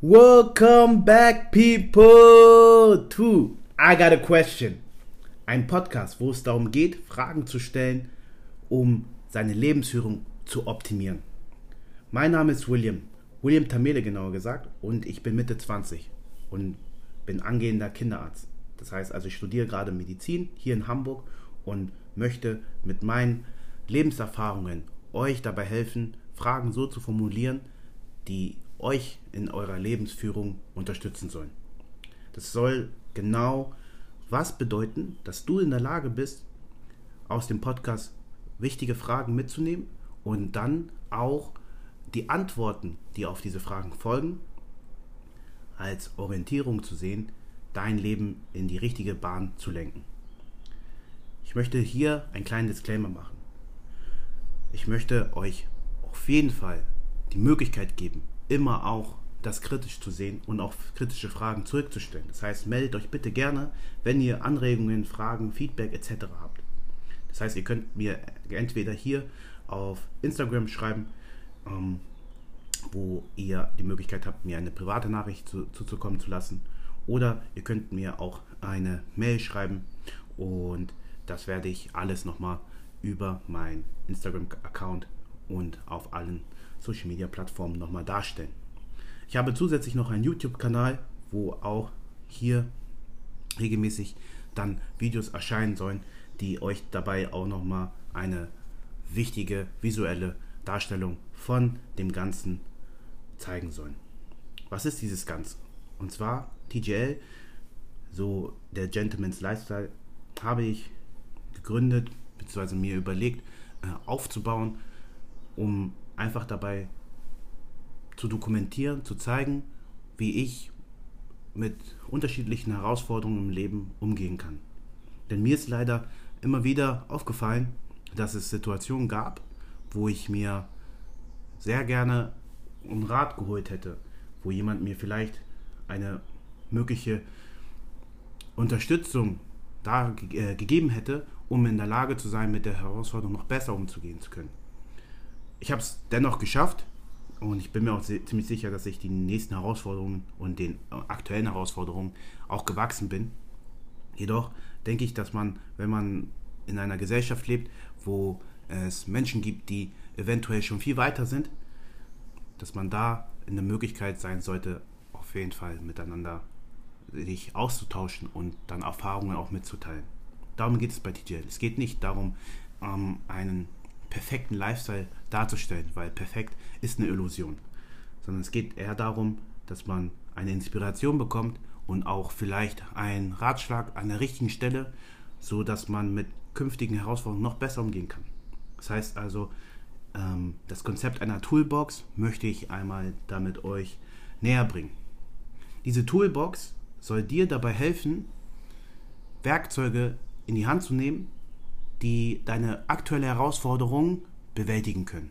Welcome back, people, to I Got a Question. Ein Podcast, wo es darum geht, Fragen zu stellen, um seine Lebensführung zu optimieren. Mein Name ist William Tamele genauer gesagt, und ich bin Mitte 20 und bin angehender Kinderarzt. Das heißt also, ich studiere gerade Medizin hier in Hamburg und möchte mit meinen Lebenserfahrungen euch dabei helfen, Fragen so zu formulieren, die euch in eurer Lebensführung unterstützen sollen. Das soll genau was bedeuten, dass du in der Lage bist, aus dem Podcast wichtige Fragen mitzunehmen und dann auch die Antworten, die auf diese Fragen folgen, als Orientierung zu sehen, dein Leben in die richtige Bahn zu lenken. Ich möchte hier einen kleinen Disclaimer machen. Ich möchte euch auf jeden Fall die Möglichkeit geben, immer auch das kritisch zu sehen und auch kritische Fragen zurückzustellen. Das heißt, meldet euch bitte gerne, wenn ihr Anregungen, Fragen, Feedback etc. habt. Das heißt, ihr könnt mir entweder hier auf Instagram schreiben, wo ihr die Möglichkeit habt, mir eine private Nachricht zukommen zu lassen, oder ihr könnt mir auch eine Mail schreiben, und das werde ich alles nochmal über meinen Instagram-Account und auf allen Social-Media-Plattformen nochmal darstellen. Ich habe zusätzlich noch einen YouTube-Kanal, wo auch hier regelmäßig dann Videos erscheinen sollen, die euch dabei auch nochmal eine wichtige visuelle Darstellung von dem Ganzen zeigen sollen. Was ist dieses Ganze? Und zwar TGL, so der Gentleman's Lifestyle, habe ich gegründet bzw. mir überlegt aufzubauen, um einfach dabei zu dokumentieren, zu zeigen, wie ich mit unterschiedlichen Herausforderungen im Leben umgehen kann. Denn mir ist leider immer wieder aufgefallen, dass es Situationen gab, wo ich mir sehr gerne einen Rat geholt hätte, wo jemand mir vielleicht eine mögliche Unterstützung gegeben hätte, um in der Lage zu sein, mit der Herausforderung noch besser umzugehen zu können. Ich habe es dennoch geschafft, und ich bin mir auch ziemlich sicher, dass ich die nächsten Herausforderungen und den aktuellen Herausforderungen auch gewachsen bin. Jedoch denke ich, dass man, wenn man in einer Gesellschaft lebt, wo es Menschen gibt, die eventuell schon viel weiter sind, dass man da in der Möglichkeit sein sollte, auf jeden Fall miteinander sich auszutauschen und dann Erfahrungen auch mitzuteilen. Darum geht es bei TGL. Es geht nicht darum, einen perfekten Lifestyle darzustellen, weil perfekt ist eine Illusion, sondern es geht eher darum, dass man eine Inspiration bekommt und auch vielleicht einen Ratschlag an der richtigen Stelle, so dass man mit künftigen Herausforderungen noch besser umgehen kann. Das heißt also, das Konzept einer Toolbox möchte ich einmal damit euch näher bringen. Diese Toolbox soll dir dabei helfen, Werkzeuge in die Hand zu nehmen, die deine aktuelle Herausforderung bewältigen können.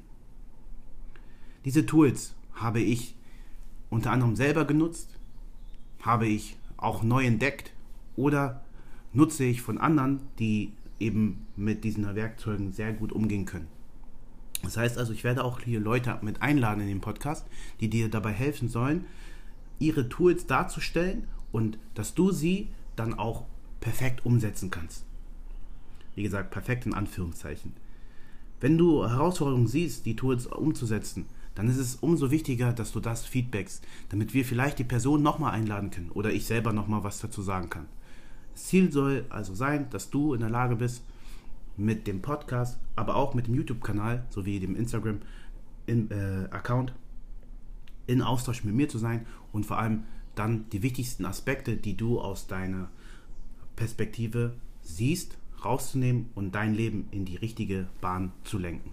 Diese Tools habe ich unter anderem selber genutzt, habe ich auch neu entdeckt oder nutze ich von anderen, die eben mit diesen Werkzeugen sehr gut umgehen können. Das heißt also, ich werde auch hier Leute mit einladen in den Podcast, die dir dabei helfen sollen, ihre Tools darzustellen und dass du sie dann auch perfekt umsetzen kannst. Wie gesagt, perfekt in Anführungszeichen. Wenn du Herausforderungen siehst, die Tools umzusetzen, dann ist es umso wichtiger, dass du das feedbackst, damit wir vielleicht die Person nochmal einladen können oder ich selber nochmal was dazu sagen kann. Das Ziel soll also sein, dass du in der Lage bist, mit dem Podcast, aber auch mit dem YouTube-Kanal sowie dem Instagram-Account in Austausch mit mir zu sein und vor allem dann die wichtigsten Aspekte, die du aus deiner Perspektive siehst, rauszunehmen und dein Leben in die richtige Bahn zu lenken.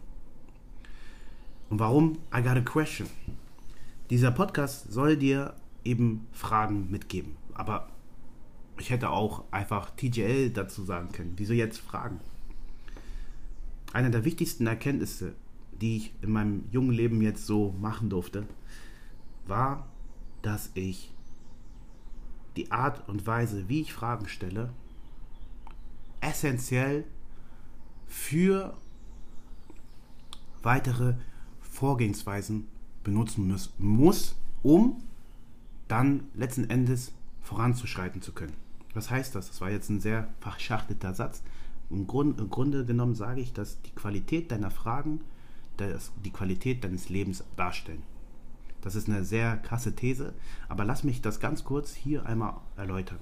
Und warum I Got a Question? Dieser Podcast soll dir eben Fragen mitgeben, aber ich hätte auch einfach TGL dazu sagen können. Wieso jetzt Fragen? Eine der wichtigsten Erkenntnisse, die ich in meinem jungen Leben jetzt so machen durfte, war, dass ich die Art und Weise, wie ich Fragen stelle, essentiell für weitere Vorgehensweisen benutzen muss, um dann letzten Endes voranzuschreiten zu können. Was heißt das? Das war jetzt ein sehr verschachtelter Satz. Im Grunde genommen sage ich, dass die Qualität deiner Fragen die Qualität deines Lebens darstellen. Das ist eine sehr krasse These, aber lass mich das ganz kurz hier einmal erläutern.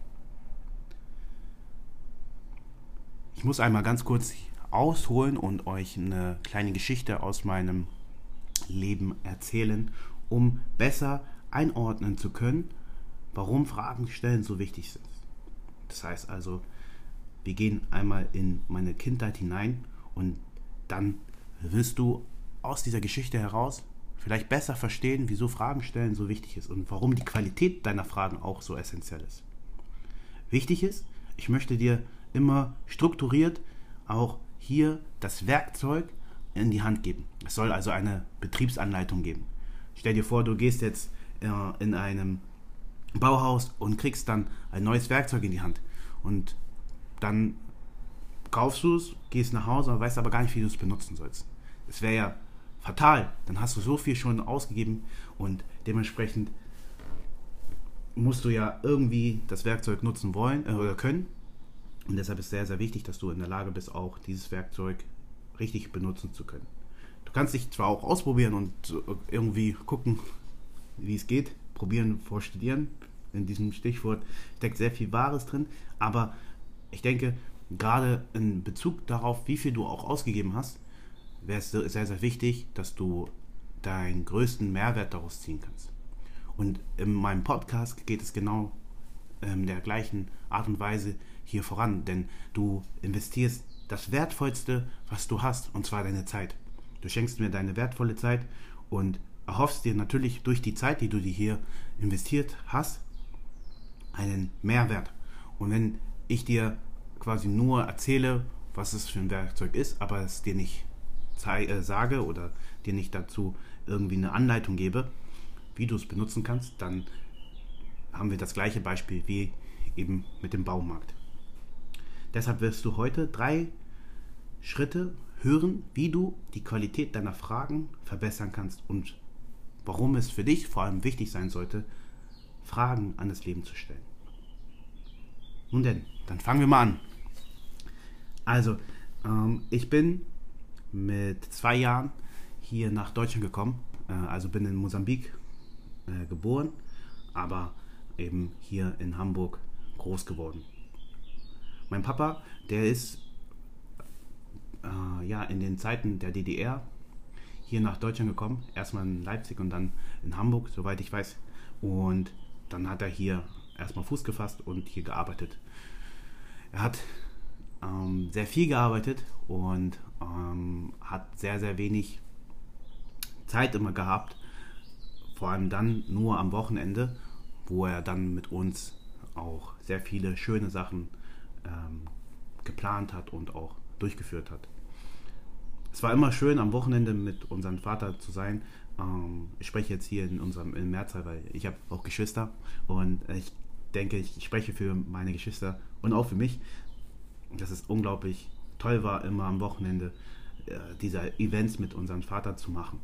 Ich muss einmal ganz kurz ausholen und euch eine kleine Geschichte aus meinem Leben erzählen, um besser einordnen zu können, warum Fragen stellen so wichtig sind. Das heißt also, wir gehen einmal in meine Kindheit hinein und dann wirst du aus dieser Geschichte heraus vielleicht besser verstehen, wieso Fragen stellen so wichtig ist und warum die Qualität deiner Fragen auch so essentiell ist. Wichtig ist, ich möchte dir immer strukturiert auch hier das Werkzeug in die Hand geben. Es soll also eine Betriebsanleitung geben. Stell dir vor, du gehst jetzt in einem Bauhaus und kriegst dann ein neues Werkzeug in die Hand. Und dann kaufst du es, gehst nach Hause und weißt aber gar nicht, wie du es benutzen sollst. Es wäre ja fatal. Dann hast du so viel schon ausgegeben und dementsprechend musst du ja irgendwie das Werkzeug nutzen wollen oder können. Und deshalb ist es sehr, sehr wichtig, dass du in der Lage bist, auch dieses Werkzeug richtig benutzen zu können. Du kannst dich zwar auch ausprobieren und irgendwie gucken, wie es geht, probieren vor Studieren. In diesem Stichwort steckt sehr viel Wahres drin, aber ich denke, gerade in Bezug darauf, wie viel du auch ausgegeben hast, wäre es sehr, sehr wichtig, dass du deinen größten Mehrwert daraus ziehen kannst. Und in meinem Podcast geht es genau der gleichen Art und Weise hier voran, denn du investierst das Wertvollste, was du hast, und zwar deine Zeit. Du schenkst mir deine wertvolle Zeit und erhoffst dir natürlich durch die Zeit, die du dir hier investiert hast, einen Mehrwert. Und wenn ich dir quasi nur erzähle, was es für ein Werkzeug ist, aber es dir nicht sage oder dir nicht dazu irgendwie eine Anleitung gebe, wie du es benutzen kannst, dann haben wir das gleiche Beispiel wie eben mit dem Baumarkt. Deshalb wirst du heute 3 Schritte hören, wie du die Qualität deiner Fragen verbessern kannst und warum es für dich vor allem wichtig sein sollte, Fragen an das Leben zu stellen. Nun denn, dann fangen wir mal an. Also, ich bin mit 2 Jahren hier nach Deutschland gekommen, also bin in Mosambik geboren, aber eben hier in Hamburg groß geworden. Mein Papa, der ist in den Zeiten der DDR hier nach Deutschland gekommen, erstmal in Leipzig und dann in Hamburg, soweit ich weiß, und dann hat er hier erstmal Fuß gefasst und hier gearbeitet. Er hat sehr viel gearbeitet und hat sehr, sehr wenig Zeit immer gehabt, vor allem dann nur am Wochenende, wo er dann mit uns auch sehr viele schöne Sachen geplant hat und auch durchgeführt hat. Es war immer schön, am Wochenende mit unserem Vater zu sein. Ich spreche jetzt hier in Mehrzahl, weil ich habe auch Geschwister und ich denke, ich spreche für meine Geschwister und auch für mich, dass es unglaublich toll war, immer am Wochenende diese Events mit unserem Vater zu machen.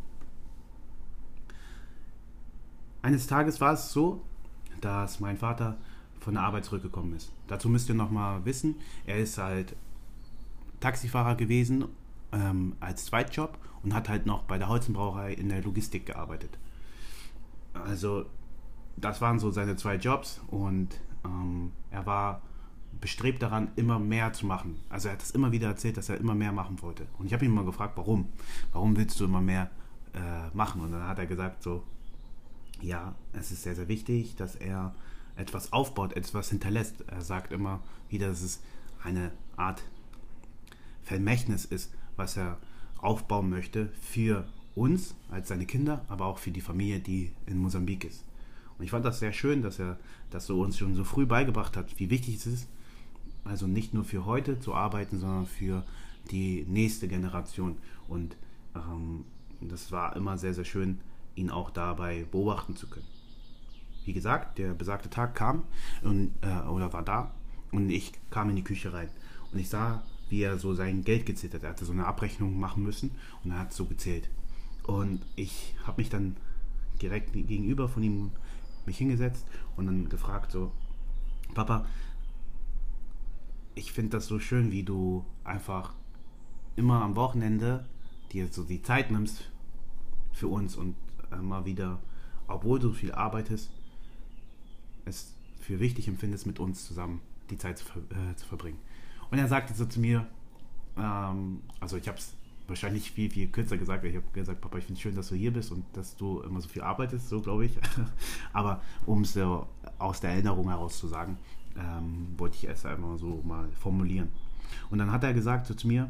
Eines Tages war es so, dass mein Vater von der Arbeit zurückgekommen ist. Dazu müsst ihr nochmal wissen, er ist halt Taxifahrer gewesen als Zweitjob und hat halt noch bei der Holzenbrauerei in der Logistik gearbeitet. Also das waren so seine 2 Jobs und er war bestrebt daran, immer mehr zu machen. Also er hat es immer wieder erzählt, dass er immer mehr machen wollte. Und ich habe ihn mal gefragt, warum? Warum willst du immer mehr machen? Und dann hat er gesagt so, ja, es ist sehr, sehr wichtig, dass er etwas aufbaut, etwas hinterlässt. Er sagt immer wieder, dass es eine Art Vermächtnis ist, was er aufbauen möchte für uns als seine Kinder, aber auch für die Familie, die in Mosambik ist. Und ich fand das sehr schön, dass er das so uns schon so früh beigebracht hat, wie wichtig es ist, also nicht nur für heute zu arbeiten, sondern für die nächste Generation. Und das war immer sehr, sehr schön, ihn auch dabei beobachten zu können. Wie gesagt, der besagte Tag kam oder war da und ich kam in die Küche rein und ich sah, wie er so sein Geld gezählt hat. Er hatte so eine Abrechnung machen müssen und er hat so gezählt. Und ich habe mich dann direkt gegenüber von ihm mich hingesetzt und dann gefragt so, Papa, ich finde das so schön, wie du einfach immer am Wochenende dir so die Zeit nimmst für uns und mal wieder, obwohl du viel arbeitest, es für wichtig empfindest, mit uns zusammen die Zeit zu verbringen. Und er sagte so zu mir, also ich habe es wahrscheinlich viel, viel kürzer gesagt. Ich habe gesagt, Papa, ich finde es schön, dass du hier bist und dass du immer so viel arbeitest, so glaube ich. Aber um es aus der Erinnerung heraus zu sagen, wollte ich es einmal so mal formulieren. Und dann hat er gesagt so zu mir,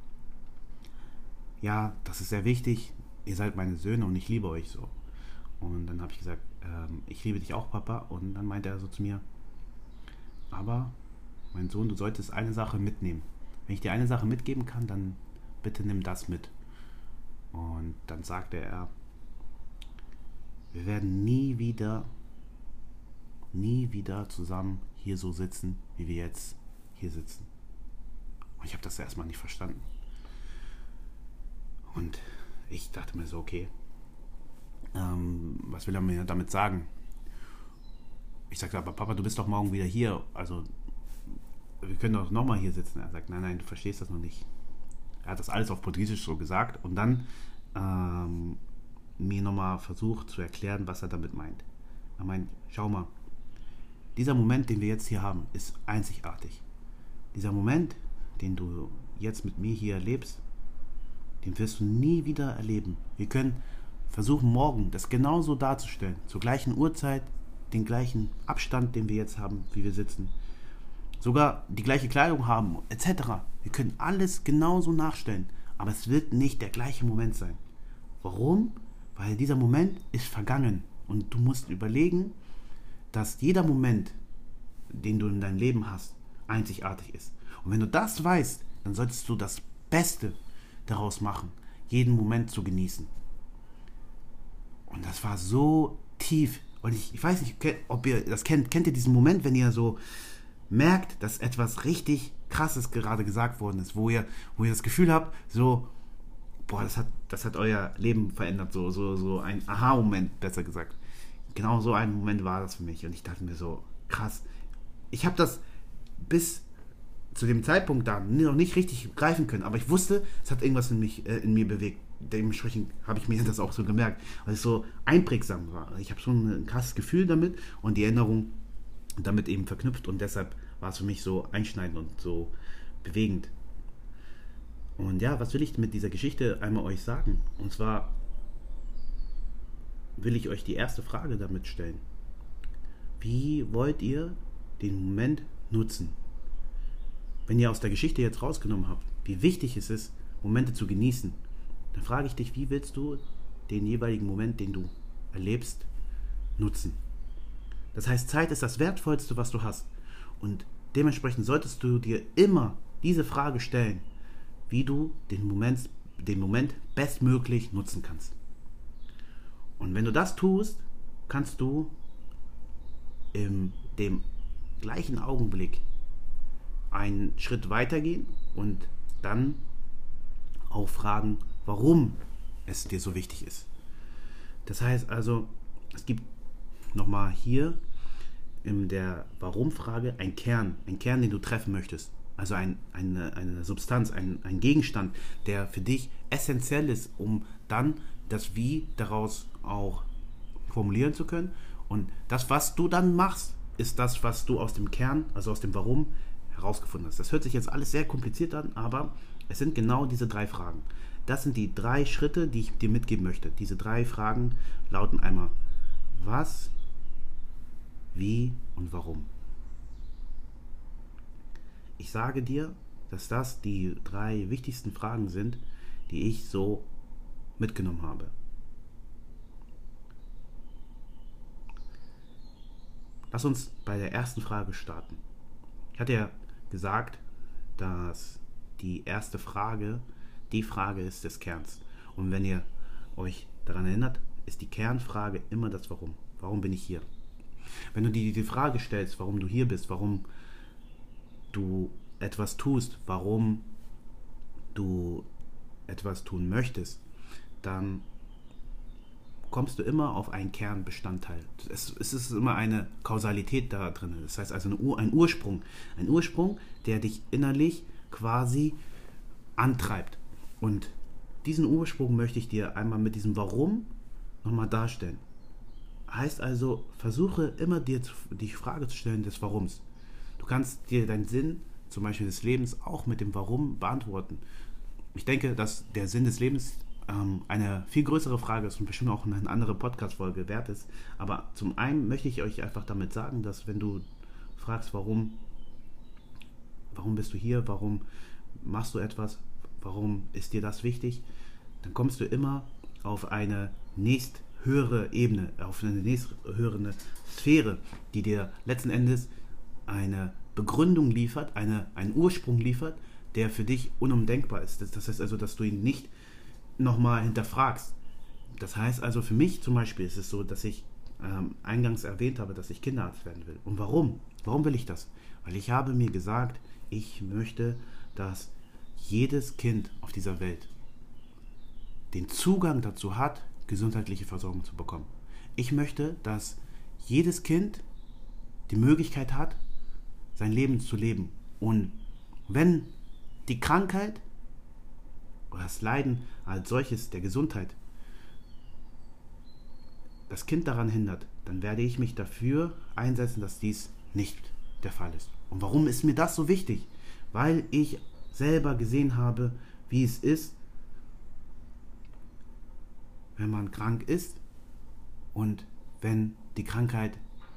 ja, das ist sehr wichtig, ihr seid meine Söhne und ich liebe euch so. Und dann habe ich gesagt, ich liebe dich auch, Papa. Und dann meinte er so zu mir, aber mein Sohn, du solltest eine Sache mitnehmen. Wenn ich dir eine Sache mitgeben kann, dann bitte nimm das mit. Und dann sagte er, wir werden nie wieder zusammen hier so sitzen, wie wir jetzt hier sitzen. Und ich habe das erstmal nicht verstanden. Und ich dachte mir so, okay, was will er mir damit sagen? Ich sagte, aber Papa, du bist doch morgen wieder hier, also wir können doch nochmal hier sitzen. Er sagt, nein, du verstehst das noch nicht. Er hat das alles auf Portugiesisch so gesagt und dann mir nochmal versucht zu erklären, was er damit meint. Er meint, schau mal, dieser Moment, den wir jetzt hier haben, ist einzigartig. Dieser Moment, den du jetzt mit mir hier erlebst, den wirst du nie wieder erleben. Wir können versuchen, morgen das genauso darzustellen, zur gleichen Uhrzeit, den gleichen Abstand, den wir jetzt haben, wie wir sitzen, sogar die gleiche Kleidung haben, etc. Wir können alles genauso nachstellen, aber es wird nicht der gleiche Moment sein. Warum? Weil dieser Moment ist vergangen und du musst überlegen, dass jeder Moment, den du in deinem Leben hast, einzigartig ist. Und wenn du das weißt, dann solltest du das Beste daraus machen, jeden Moment zu genießen. Und das war so tief. Und ich weiß nicht, ob ihr das kennt. Kennt ihr diesen Moment, wenn ihr so merkt, dass etwas richtig Krasses gerade gesagt worden ist, wo ihr das Gefühl habt, so, boah, das hat euer Leben verändert, so ein Aha-Moment, besser gesagt. Genau so ein Moment war das für mich. Und ich dachte mir so, krass. Ich habe das bis zu dem Zeitpunkt da noch nicht richtig greifen können, aber ich wusste, es hat irgendwas in mir bewegt. Dementsprechend habe ich mir das auch so gemerkt, weil es so einprägsam war. Ich habe schon ein krasses Gefühl damit und die Erinnerung damit eben verknüpft und deshalb war es für mich so einschneidend und so bewegend. Und ja, was will ich mit dieser Geschichte einmal euch sagen? Und zwar will ich euch die erste Frage damit stellen. Wie wollt ihr den Moment nutzen? Wenn ihr aus der Geschichte jetzt rausgenommen habt, wie wichtig es ist, Momente zu genießen, dann frage ich dich, wie willst du den jeweiligen Moment, den du erlebst, nutzen? Das heißt, Zeit ist das Wertvollste, was du hast. Und dementsprechend solltest du dir immer diese Frage stellen, wie du den Moment bestmöglich nutzen kannst. Und wenn du das tust, kannst du in dem gleichen Augenblick einen Schritt weitergehen und dann auch fragen, warum es dir so wichtig ist. Das heißt also, es gibt nochmal hier in der Warum-Frage einen Kern, den du treffen möchtest. Also eine Substanz, ein Gegenstand, der für dich essentiell ist, um dann das Wie daraus auch formulieren zu können. Und das, was du dann machst, ist das, was du aus dem Kern, also aus dem Warum, herausgefunden hast. Das hört sich jetzt alles sehr kompliziert an, aber es sind genau diese 3 Fragen. Das sind die 3 Schritte, die ich dir mitgeben möchte. Diese 3 Fragen lauten einmal was, wie und warum. Ich sage dir, dass das die 3 wichtigsten Fragen sind, die ich so mitgenommen habe. Lass uns bei der ersten Frage starten. Ich hatte ja gesagt, dass die erste Frage die Frage ist des Kerns. Und wenn ihr euch daran erinnert, ist die Kernfrage immer das Warum. Warum bin ich hier? Wenn du dir die Frage stellst, warum du hier bist, warum du etwas tust, warum du etwas tun möchtest, dann kommst du immer auf einen Kernbestandteil. Es ist immer eine Kausalität da drin. Das heißt also ein Ursprung. Ein Ursprung, der dich innerlich quasi antreibt. Und diesen Ursprung möchte ich dir einmal mit diesem Warum nochmal darstellen. Heißt also, versuche immer dir die Frage zu stellen des Warums. Du kannst dir deinen Sinn, zum Beispiel des Lebens, auch mit dem Warum beantworten. Ich denke, dass der Sinn des Lebens eine viel größere Frage ist und bestimmt auch eine andere Podcast-Folge wert ist. Aber zum einen möchte ich euch einfach damit sagen, dass wenn du fragst, warum bist du hier, warum machst du etwas, warum ist dir das wichtig, dann kommst du immer auf eine nächsthöhere Ebene, auf eine nächsthöhere Sphäre, die dir letzten Endes eine Begründung liefert, einen Ursprung liefert, der für dich unumdenkbar ist. Das heißt also, dass du ihn nicht nochmal hinterfragst. Das heißt also, für mich zum Beispiel ist es so, dass ich eingangs erwähnt habe, dass ich Kinderarzt werden will. Und warum? Warum will ich das? Weil ich habe mir gesagt, ich möchte, dass jedes Kind auf dieser Welt den Zugang dazu hat, gesundheitliche Versorgung zu bekommen. Ich möchte, dass jedes Kind die Möglichkeit hat, sein Leben zu leben. Und wenn die Krankheit oder das Leiden als solches der Gesundheit das Kind daran hindert, dann werde ich mich dafür einsetzen, dass dies nicht der Fall ist. Und warum ist mir das so wichtig? Weil ich selber gesehen habe, wie es ist, wenn man krank ist und wenn die Krankheit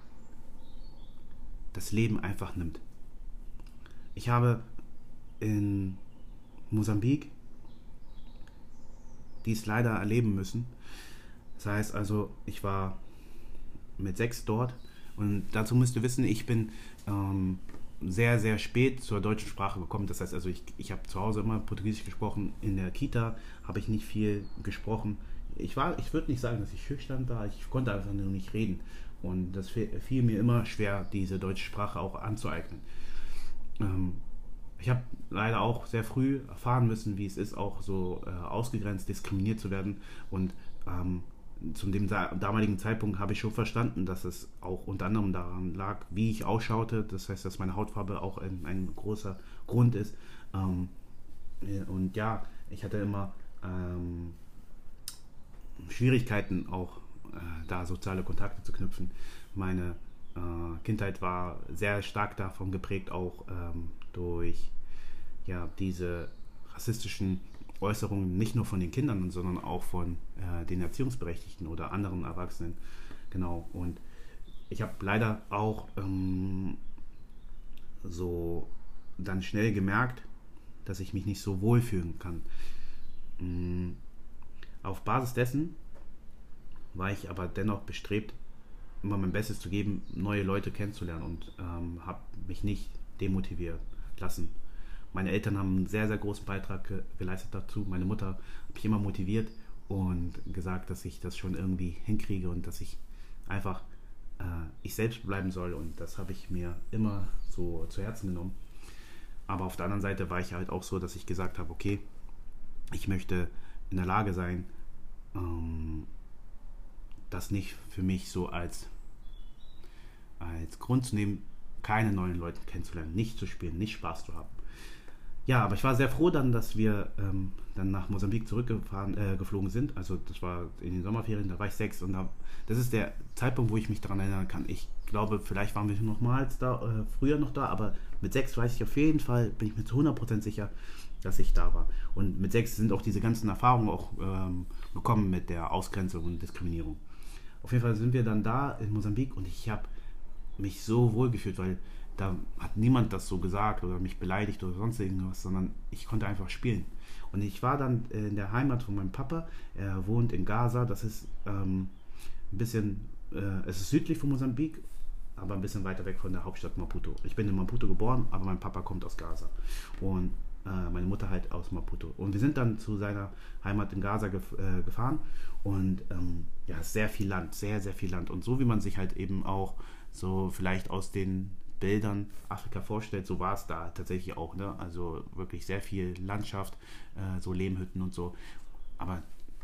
das Leben einfach nimmt. Ich habe in Mosambik dies leider erleben müssen. Das heißt also, ich war mit 6 dort und dazu müsst ihr wissen, ich bin sehr, sehr spät zur deutschen Sprache gekommen. Das heißt also, ich habe zu Hause immer Portugiesisch gesprochen. In der Kita habe ich nicht viel gesprochen. Ich würde nicht sagen, dass ich schüchtern war, ich konnte einfach nur nicht reden. Und das fiel mir immer schwer, diese deutsche Sprache auch anzueignen. Ich habe leider auch sehr früh erfahren müssen, wie es ist, auch so ausgegrenzt, diskriminiert zu werden. Und zu dem damaligen Zeitpunkt habe ich schon verstanden, dass es auch unter anderem daran lag, wie ich ausschaute. Das heißt, dass meine Hautfarbe auch ein großer Grund ist. Und ja, ich hatte immer Schwierigkeiten auch da soziale Kontakte zu knüpfen. Meine Kindheit war sehr stark davon geprägt, auch durch diese rassistischen Äußerungen, nicht nur von den Kindern, sondern auch von den Erziehungsberechtigten oder anderen Erwachsenen. Genau, und ich habe leider auch so dann schnell gemerkt, dass ich mich nicht so wohlfühlen kann. Auf Basis dessen war ich aber dennoch bestrebt, immer mein Bestes zu geben, neue Leute kennenzulernen und habe mich nicht demotivieren lassen. Meine Eltern haben einen sehr, sehr großen Beitrag geleistet dazu. Meine Mutter habe ich immer motiviert und gesagt, dass ich das schon irgendwie hinkriege und dass ich einfach ich selbst bleiben soll, und das habe ich mir immer so zu Herzen genommen. Aber auf der anderen Seite war ich halt auch so, dass ich gesagt habe, okay, ich möchte in der Lage sein, das nicht für mich so als Grund zu nehmen, keine neuen Leute kennenzulernen, nicht zu spielen, nicht Spaß zu haben. Ja, aber ich war sehr froh dann, dass wir dann nach Mosambik geflogen sind. Also das war in den Sommerferien, da war ich 6 und das ist der Zeitpunkt, wo ich mich daran erinnern kann. Ich glaube, vielleicht waren wir nochmals da, früher noch da, aber mit 6 weiß ich auf jeden Fall, bin ich mir zu 100% sicher, dass ich da war. Und mit 6 sind auch diese ganzen Erfahrungen auch gekommen mit der Ausgrenzung und Diskriminierung. Auf jeden Fall sind wir dann da in Mosambik und ich habe mich so wohl gefühlt, weil da hat niemand das so gesagt oder mich beleidigt oder sonst irgendwas, sondern ich konnte einfach spielen. Und ich war dann in der Heimat von meinem Papa. Er wohnt in Gaza. Das ist ein bisschen, es ist südlich von Mosambik, aber ein bisschen weiter weg von der Hauptstadt Maputo. Ich bin in Maputo geboren, aber mein Papa kommt aus Gaza. Und meine Mutter halt aus Maputo. Und wir sind dann zu seiner Heimat in Gaza gefahren. Und sehr viel Land, sehr, sehr viel Land. Und so wie man sich halt eben auch so vielleicht aus den Bildern Afrika vorstellt, so war es da tatsächlich auch, ne? Also wirklich sehr viel Landschaft, so Lehmhütten und so. Aber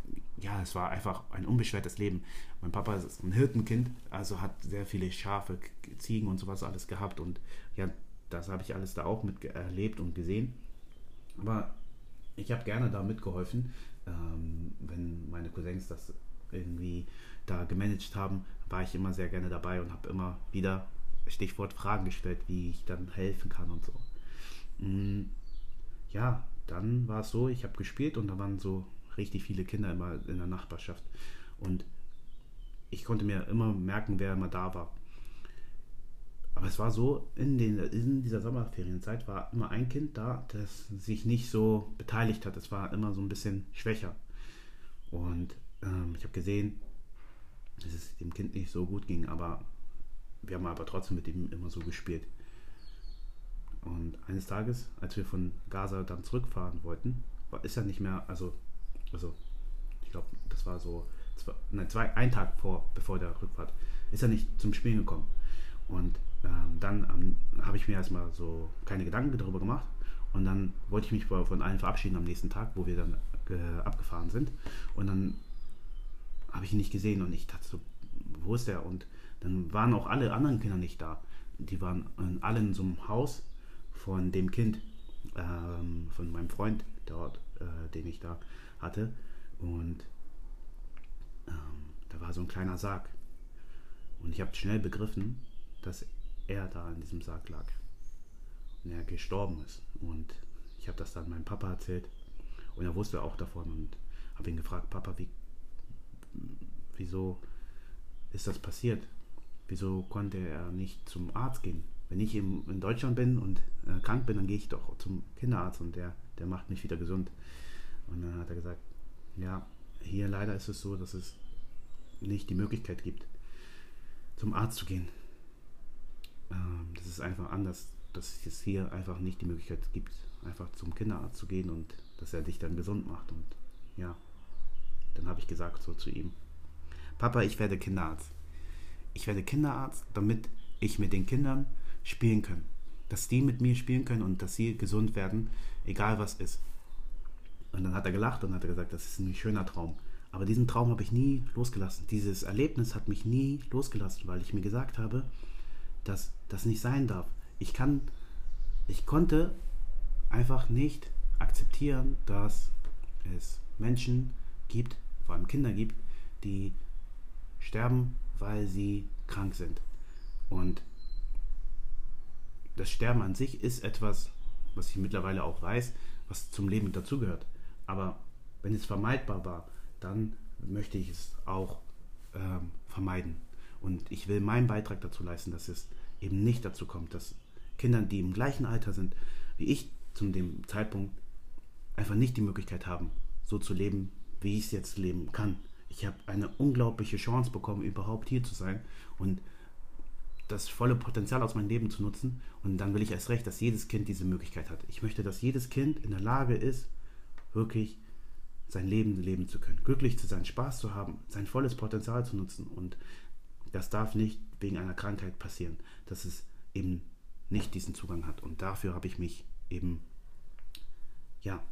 ja, es war einfach ein unbeschwertes Leben. Mein Papa ist ein Hirtenkind, also hat sehr viele Schafe, Ziegen und sowas alles gehabt und ja, das habe ich alles da auch mit erlebt und gesehen. Aber ich habe gerne da mitgeholfen, wenn meine Cousins das irgendwie da gemanagt haben, war ich immer sehr gerne dabei und habe immer wieder Stichwort Fragen gestellt, wie ich dann helfen kann und so. Mm, ja, dann war es so, ich habe gespielt und da waren so richtig viele Kinder immer in der Nachbarschaft und ich konnte mir immer merken, wer immer da war. Aber es war so, in dieser Sommerferienzeit war immer ein Kind da, das sich nicht so beteiligt hat. Es war immer so ein bisschen schwächer. Und ich habe gesehen, dass es dem Kind nicht so gut ging, aber wir haben aber trotzdem mit ihm immer so gespielt. Und eines Tages, als wir von Gaza dann zurückfahren wollten, ist er nicht mehr, also ich glaube, das war so ein Tag bevor der Rückfahrt, ist er nicht zum Spielen gekommen. Und dann habe ich mir erstmal so keine Gedanken darüber gemacht und dann wollte ich mich von allen verabschieden am nächsten Tag, wo wir dann abgefahren sind. Und dann habe ich ihn nicht gesehen und ich dachte so, wo ist der? Und dann waren auch alle anderen Kinder nicht da. Die waren alle in so einem Haus von dem Kind, von meinem Freund dort, den ich da hatte. Und da war so ein kleiner Sarg. Und ich habe schnell begriffen, dass er da in diesem Sarg lag und er gestorben ist. Und ich habe das dann meinem Papa erzählt und er wusste auch davon und habe ihn gefragt, Papa, wieso ist das passiert? Wieso konnte er nicht zum Arzt gehen? Wenn ich in Deutschland bin und krank bin, dann gehe ich doch zum Kinderarzt und der macht mich wieder gesund. Und dann hat er gesagt, ja, hier leider ist es so, dass es nicht die Möglichkeit gibt, zum Arzt zu gehen. Das ist einfach anders, dass es hier einfach nicht die Möglichkeit gibt, einfach zum Kinderarzt zu gehen und dass er dich dann gesund macht. Und ja, dann habe ich gesagt so zu ihm, Papa, ich werde Kinderarzt. Ich werde Kinderarzt, damit ich mit den Kindern spielen kann. Dass die mit mir spielen können und dass sie gesund werden, egal was ist. Und dann hat er gelacht und hat gesagt, das ist ein schöner Traum. Aber diesen Traum habe ich nie losgelassen. Dieses Erlebnis hat mich nie losgelassen, weil ich mir gesagt habe, dass das nicht sein darf. Ich konnte einfach nicht akzeptieren, dass es Menschen gibt, vor allem Kinder gibt, die sterben, weil sie krank sind. Und das Sterben an sich ist etwas, was ich mittlerweile auch weiß, was zum Leben dazugehört. Aber wenn es vermeidbar war, dann möchte ich es auch vermeiden. Und ich will meinen Beitrag dazu leisten, dass es eben nicht dazu kommt, dass Kinder, die im gleichen Alter sind wie ich zu dem Zeitpunkt, einfach nicht die Möglichkeit haben, so zu leben, wie ich es jetzt leben kann. Ich habe eine unglaubliche Chance bekommen, überhaupt hier zu sein und das volle Potenzial aus meinem Leben zu nutzen. Und dann will ich erst recht, dass jedes Kind diese Möglichkeit hat. Ich möchte, dass jedes Kind in der Lage ist, wirklich sein Leben leben zu können, glücklich zu sein, Spaß zu haben, sein volles Potenzial zu nutzen. Und das darf nicht wegen einer Krankheit passieren, dass es eben nicht diesen Zugang hat. Und dafür habe ich mich eben ja,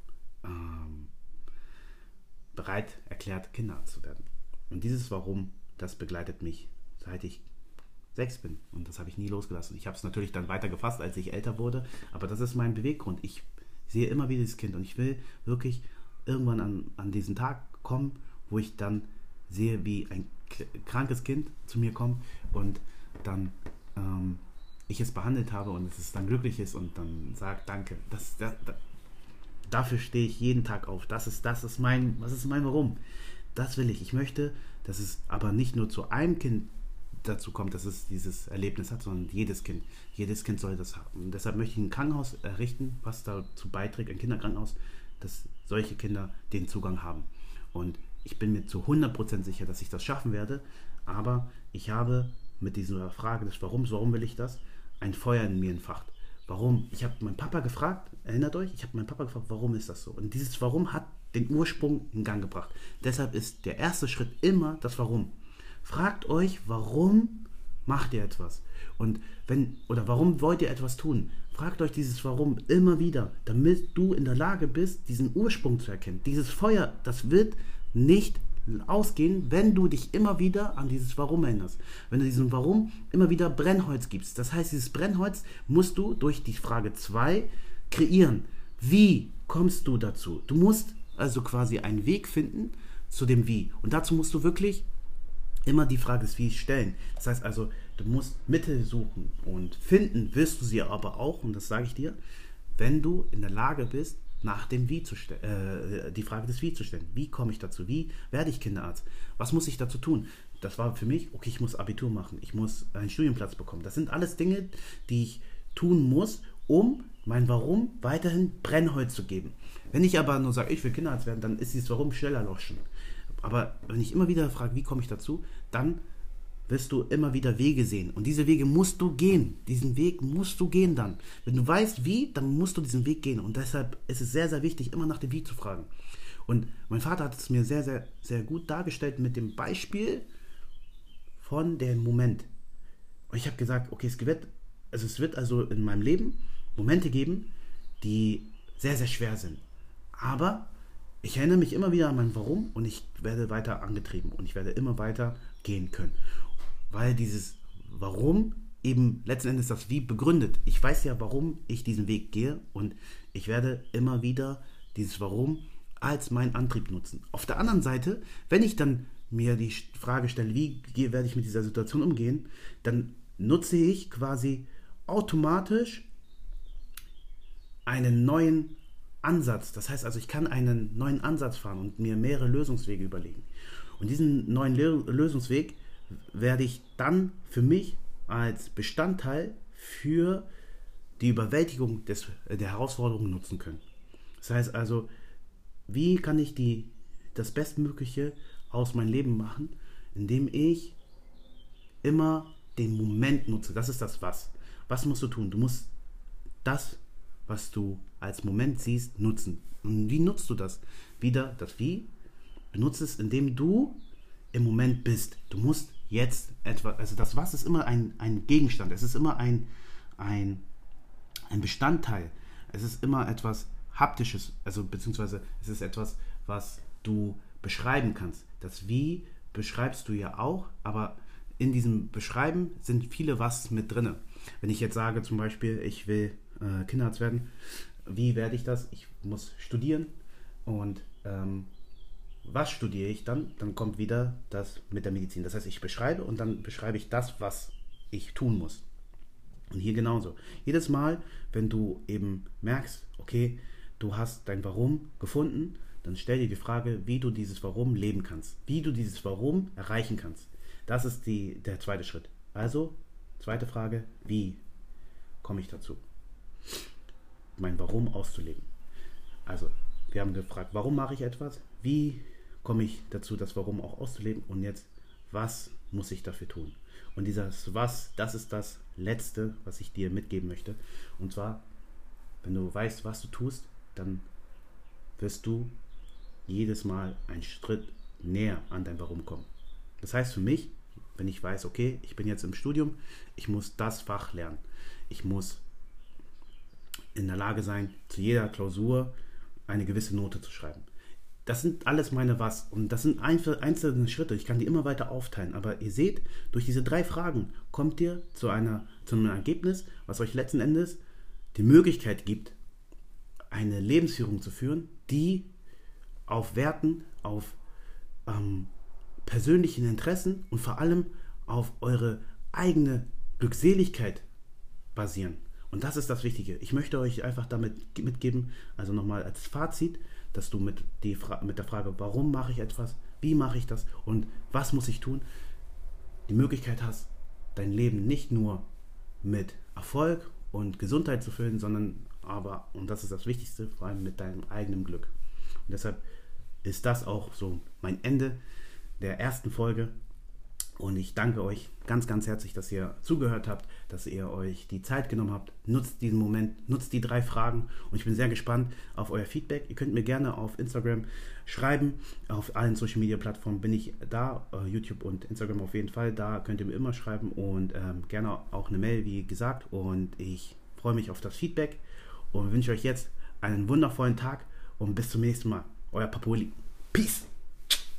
bereit erklärt, Kinderarzt zu werden. Und dieses Warum, das begleitet mich, seit ich 6 bin. Und das habe ich nie losgelassen. Ich habe es natürlich dann weiter gefasst, als ich älter wurde, aber das ist mein Beweggrund. Ich sehe immer wieder dieses Kind und ich will wirklich irgendwann an diesen Tag kommen, wo ich dann sehe, wie ein krankes Kind zu mir kommt und dann ich es behandelt habe und es dann glücklich ist und dann sagt, danke. Dafür stehe ich jeden Tag auf. Das ist mein Warum. Das will ich. Ich möchte, dass es aber nicht nur zu einem Kind dazu kommt, dass es dieses Erlebnis hat, sondern jedes Kind. Jedes Kind soll das haben. Und deshalb möchte ich ein Krankenhaus errichten, was dazu beiträgt, ein Kinderkrankenhaus, dass solche Kinder den Zugang haben. Und ich bin mir zu 100% sicher, dass ich das schaffen werde, aber ich habe mit dieser Frage des warum will ich das, ein Feuer in mir entfacht. Warum? Ich habe meinen Papa gefragt, erinnert euch, ich habe meinen Papa gefragt, warum ist das so? Und dieses Warum hat den Ursprung in Gang gebracht. Deshalb ist der erste Schritt immer das Warum. Fragt euch, warum macht ihr etwas? Und warum wollt ihr etwas tun? Fragt euch dieses Warum immer wieder, damit du in der Lage bist, diesen Ursprung zu erkennen. Dieses Feuer, das wird nicht ausgehen, wenn du dich immer wieder an dieses Warum erinnerst. Wenn du diesem Warum immer wieder Brennholz gibst. Das heißt, dieses Brennholz musst du durch die Frage 2 kreieren. Wie kommst du dazu? Du musst also quasi einen Weg finden zu dem Wie. Und dazu musst du wirklich immer die Frage des Wie stellen. Das heißt also, du musst Mittel suchen und finden wirst du sie aber auch, und das sage ich dir, wenn du in der Lage bist, nach dem Wie zu die Frage des Wie zu stellen. Wie komme ich dazu? Wie werde ich Kinderarzt? Was muss ich dazu tun? Das war für mich, okay, ich muss Abitur machen, ich muss einen Studienplatz bekommen. Das sind alles Dinge, die ich tun muss, um mein Warum weiterhin Brennholz zu geben. Wenn ich aber nur sage, ich will Kinderarzt werden, dann ist dieses Warum schneller erloschen. Aber wenn ich immer wieder frage, wie komme ich dazu, dann wirst du immer wieder Wege sehen. Und diese Wege musst du gehen. Diesen Weg musst du gehen dann. Wenn du weißt, wie, dann musst du diesen Weg gehen. Und deshalb ist es sehr, sehr wichtig, immer nach dem Wie zu fragen. Und mein Vater hat es mir sehr, sehr, sehr gut dargestellt mit dem Beispiel von dem Moment. Und ich habe gesagt, okay, es wird also in meinem Leben Momente geben, die sehr, sehr schwer sind. Aber ich erinnere mich immer wieder an mein Warum und ich werde weiter angetrieben und ich werde immer weiter gehen können. Weil dieses Warum eben letzten Endes das Wie begründet. Ich weiß ja, warum ich diesen Weg gehe und ich werde immer wieder dieses Warum als meinen Antrieb nutzen. Auf der anderen Seite, wenn ich dann mir die Frage stelle, wie werde ich mit dieser Situation umgehen, dann nutze ich quasi automatisch einen neuen Ansatz. Das heißt also, ich kann einen neuen Ansatz fahren und mir mehrere Lösungswege überlegen. Und diesen neuen Lösungsweg werde ich dann für mich als Bestandteil für die Überwältigung der Herausforderungen nutzen können. Das heißt also, wie kann ich das Bestmögliche aus meinem Leben machen, indem ich immer den Moment nutze. Das ist das Was. Was musst du tun? Du musst das, was du als Moment siehst, nutzen. Und wie nutzt du das? Wieder das Wie. Du nutzt es, indem du im Moment bist. Du musst jetzt etwas, also das Was ist immer ein Gegenstand. Es ist immer ein Bestandteil. Es ist immer etwas Haptisches, also beziehungsweise es ist etwas, was du beschreiben kannst. Das Wie beschreibst du ja auch, aber in diesem Beschreiben sind viele Was mit drin. Wenn ich jetzt sage zum Beispiel, ich will Kinderarzt werden, wie werde ich das? Ich muss studieren und was studiere ich dann? Dann kommt wieder das mit der Medizin. Das heißt, ich beschreibe und dann beschreibe ich das, was ich tun muss. Und hier genauso. Jedes Mal, wenn du eben merkst, okay, du hast dein Warum gefunden, dann stell dir die Frage, wie du dieses Warum leben kannst. Wie du dieses Warum erreichen kannst. Das ist der zweite Schritt. Also, zweite Frage, wie komme ich dazu, mein Warum auszuleben? Also, wir haben gefragt, warum mache ich etwas? Wie komme ich dazu, das Warum auch auszuleben? Und jetzt, was muss ich dafür tun? Und dieses Was, das ist das Letzte, was ich dir mitgeben möchte. Und zwar, wenn du weißt, was du tust, dann wirst du jedes Mal einen Schritt näher an dein Warum kommen. Das heißt für mich, wenn ich weiß, okay, ich bin jetzt im Studium, ich muss das Fach lernen. Ich muss in der Lage sein, zu jeder Klausur eine gewisse Note zu schreiben. Das sind alles meine Was. Und das sind einzelne Schritte. Ich kann die immer weiter aufteilen. Aber ihr seht, durch diese 3 Fragen kommt ihr zu einem Ergebnis, was euch letzten Endes die Möglichkeit gibt, eine Lebensführung zu führen, die auf Werten, auf persönlichen Interessen und vor allem auf eure eigene Glückseligkeit basieren. Und das ist das Wichtige. Ich möchte euch einfach damit mitgeben, also nochmal als Fazit, dass du mit der Frage, warum mache ich etwas, wie mache ich das und was muss ich tun, die Möglichkeit hast, dein Leben nicht nur mit Erfolg und Gesundheit zu füllen, sondern aber, und das ist das Wichtigste, vor allem mit deinem eigenen Glück. Und deshalb ist das auch so mein Ende der ersten Folge. Und ich danke euch ganz, ganz herzlich, dass ihr zugehört habt, dass ihr euch die Zeit genommen habt. Nutzt diesen Moment, nutzt die 3 Fragen und ich bin sehr gespannt auf euer Feedback. Ihr könnt mir gerne auf Instagram schreiben. Auf allen Social Media Plattformen bin ich da, YouTube und Instagram auf jeden Fall. Da könnt ihr mir immer schreiben und gerne auch eine Mail, wie gesagt. Und ich freue mich auf das Feedback und wünsche euch jetzt einen wundervollen Tag und bis zum nächsten Mal. Euer Papuli. Peace!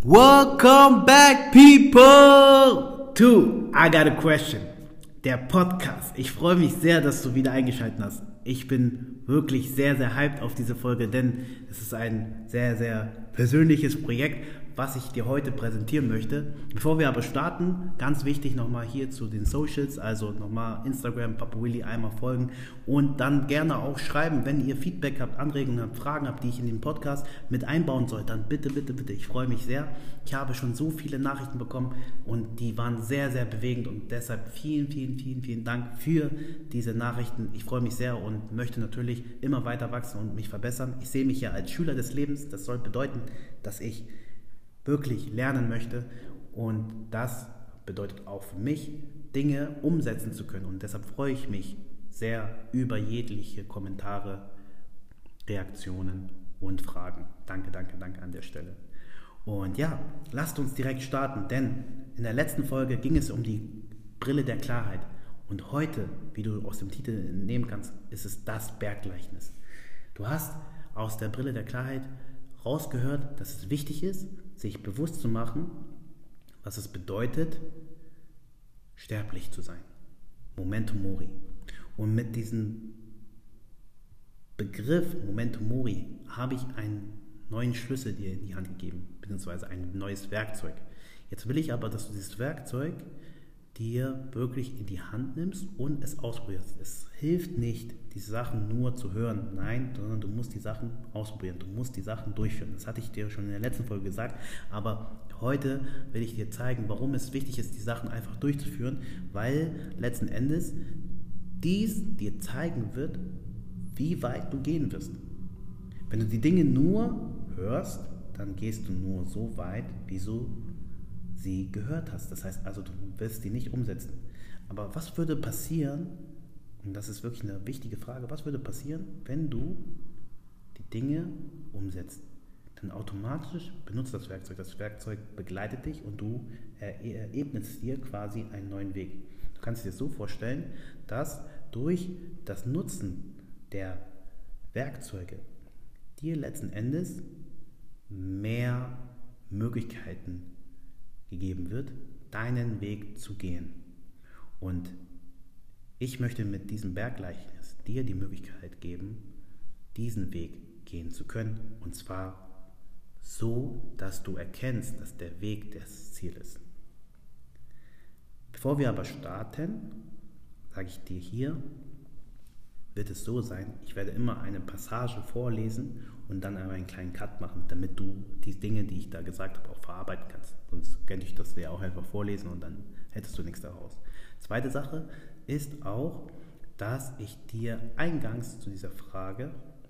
Welcome back, people, to I Got a Question, der Podcast. Ich freue mich sehr, dass du wieder eingeschaltet hast. Ich bin wirklich sehr, sehr hyped auf diese Folge, denn es ist ein sehr, sehr persönliches Projekt, was ich dir heute präsentieren möchte. Bevor wir aber starten, ganz wichtig nochmal hier zu den Socials, also nochmal Instagram, Papa Willy einmal folgen und dann gerne auch schreiben, wenn ihr Feedback habt, Anregungen habt, Fragen habt, die ich in den Podcast mit einbauen soll, dann bitte, bitte, bitte, ich freue mich sehr. Ich habe schon so viele Nachrichten bekommen und die waren sehr, sehr bewegend und deshalb vielen, vielen, vielen, vielen Dank für diese Nachrichten. Ich freue mich sehr und möchte natürlich immer weiter wachsen und mich verbessern. Ich sehe mich ja als Schüler des Lebens, das soll bedeuten, dass ich wirklich lernen möchte und das bedeutet auch für mich, Dinge umsetzen zu können und deshalb freue ich mich sehr über jegliche Kommentare, Reaktionen und Fragen. Danke, danke, danke an der Stelle. Und ja, lasst uns direkt starten, denn in der letzten Folge ging es um die Brille der Klarheit und heute, wie du aus dem Titel entnehmen kannst, ist es das Berggleichnis. Du hast aus der Brille der Klarheit rausgehört, dass es wichtig ist, sich bewusst zu machen, was es bedeutet, sterblich zu sein. Memento Mori. Und mit diesem Begriff Memento Mori habe ich einen neuen Schlüssel dir in die Hand gegeben, beziehungsweise ein neues Werkzeug. Jetzt will ich aber, dass du dieses Werkzeug dir wirklich in die Hand nimmst und es ausprobierst. Es hilft nicht, diese Sachen nur zu hören, nein, sondern du musst die Sachen ausprobieren, du musst die Sachen durchführen. Das hatte ich dir schon in der letzten Folge gesagt, aber heute will ich dir zeigen, warum es wichtig ist, die Sachen einfach durchzuführen, weil letzten Endes dies dir zeigen wird, wie weit du gehen wirst. Wenn du die Dinge nur hörst, dann gehst du nur so weit, wie du sie gehört hast. Das heißt also, du wirst sie nicht umsetzen. Aber was würde passieren, und das ist wirklich eine wichtige Frage, was würde passieren, wenn du die Dinge umsetzt? Dann automatisch benutzt das Werkzeug begleitet dich und du ebnest dir quasi einen neuen Weg. Du kannst dir das so vorstellen, dass durch das Nutzen der Werkzeuge dir letzten Endes mehr Möglichkeiten gegeben wird, deinen Weg zu gehen. Und ich möchte mit diesem Berggleichnis dir die Möglichkeit geben, diesen Weg gehen zu können. Und zwar so, dass du erkennst, dass der Weg das Ziel ist. Bevor wir aber starten, sage ich dir hier, wird es so sein, ich werde immer eine Passage vorlesen und dann einmal einen kleinen Cut machen, damit du die Dinge, die ich da gesagt habe, auch verarbeiten kannst. Sonst könnte ich das dir auch einfach vorlesen und dann hättest du nichts daraus. Zweite Sache ist auch, dass ich dir eingangs zu dieser Frage,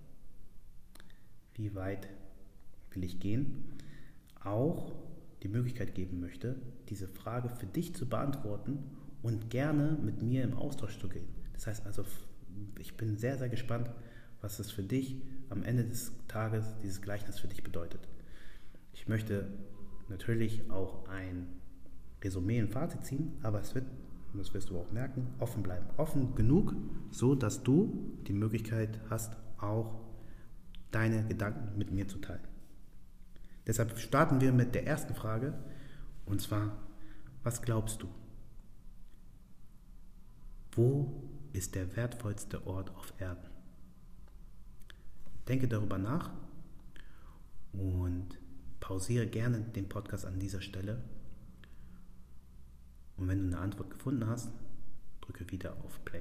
wie weit will ich gehen, auch die Möglichkeit geben möchte, diese Frage für dich zu beantworten und gerne mit mir im Austausch zu gehen. Das heißt also, ich bin sehr, sehr gespannt, was es für dich am Ende des Tages, dieses Gleichnis für dich bedeutet. Ich möchte natürlich auch ein Resümee und Fazit ziehen, aber es wird, und das wirst du auch merken, offen bleiben. Offen genug, so dass du die Möglichkeit hast, auch deine Gedanken mit mir zu teilen. Deshalb starten wir mit der ersten Frage, und zwar, was glaubst du? Wo ist der wertvollste Ort auf Erden? Denke darüber nach und pausiere gerne den Podcast an dieser Stelle. Und wenn du eine Antwort gefunden hast, drücke wieder auf Play.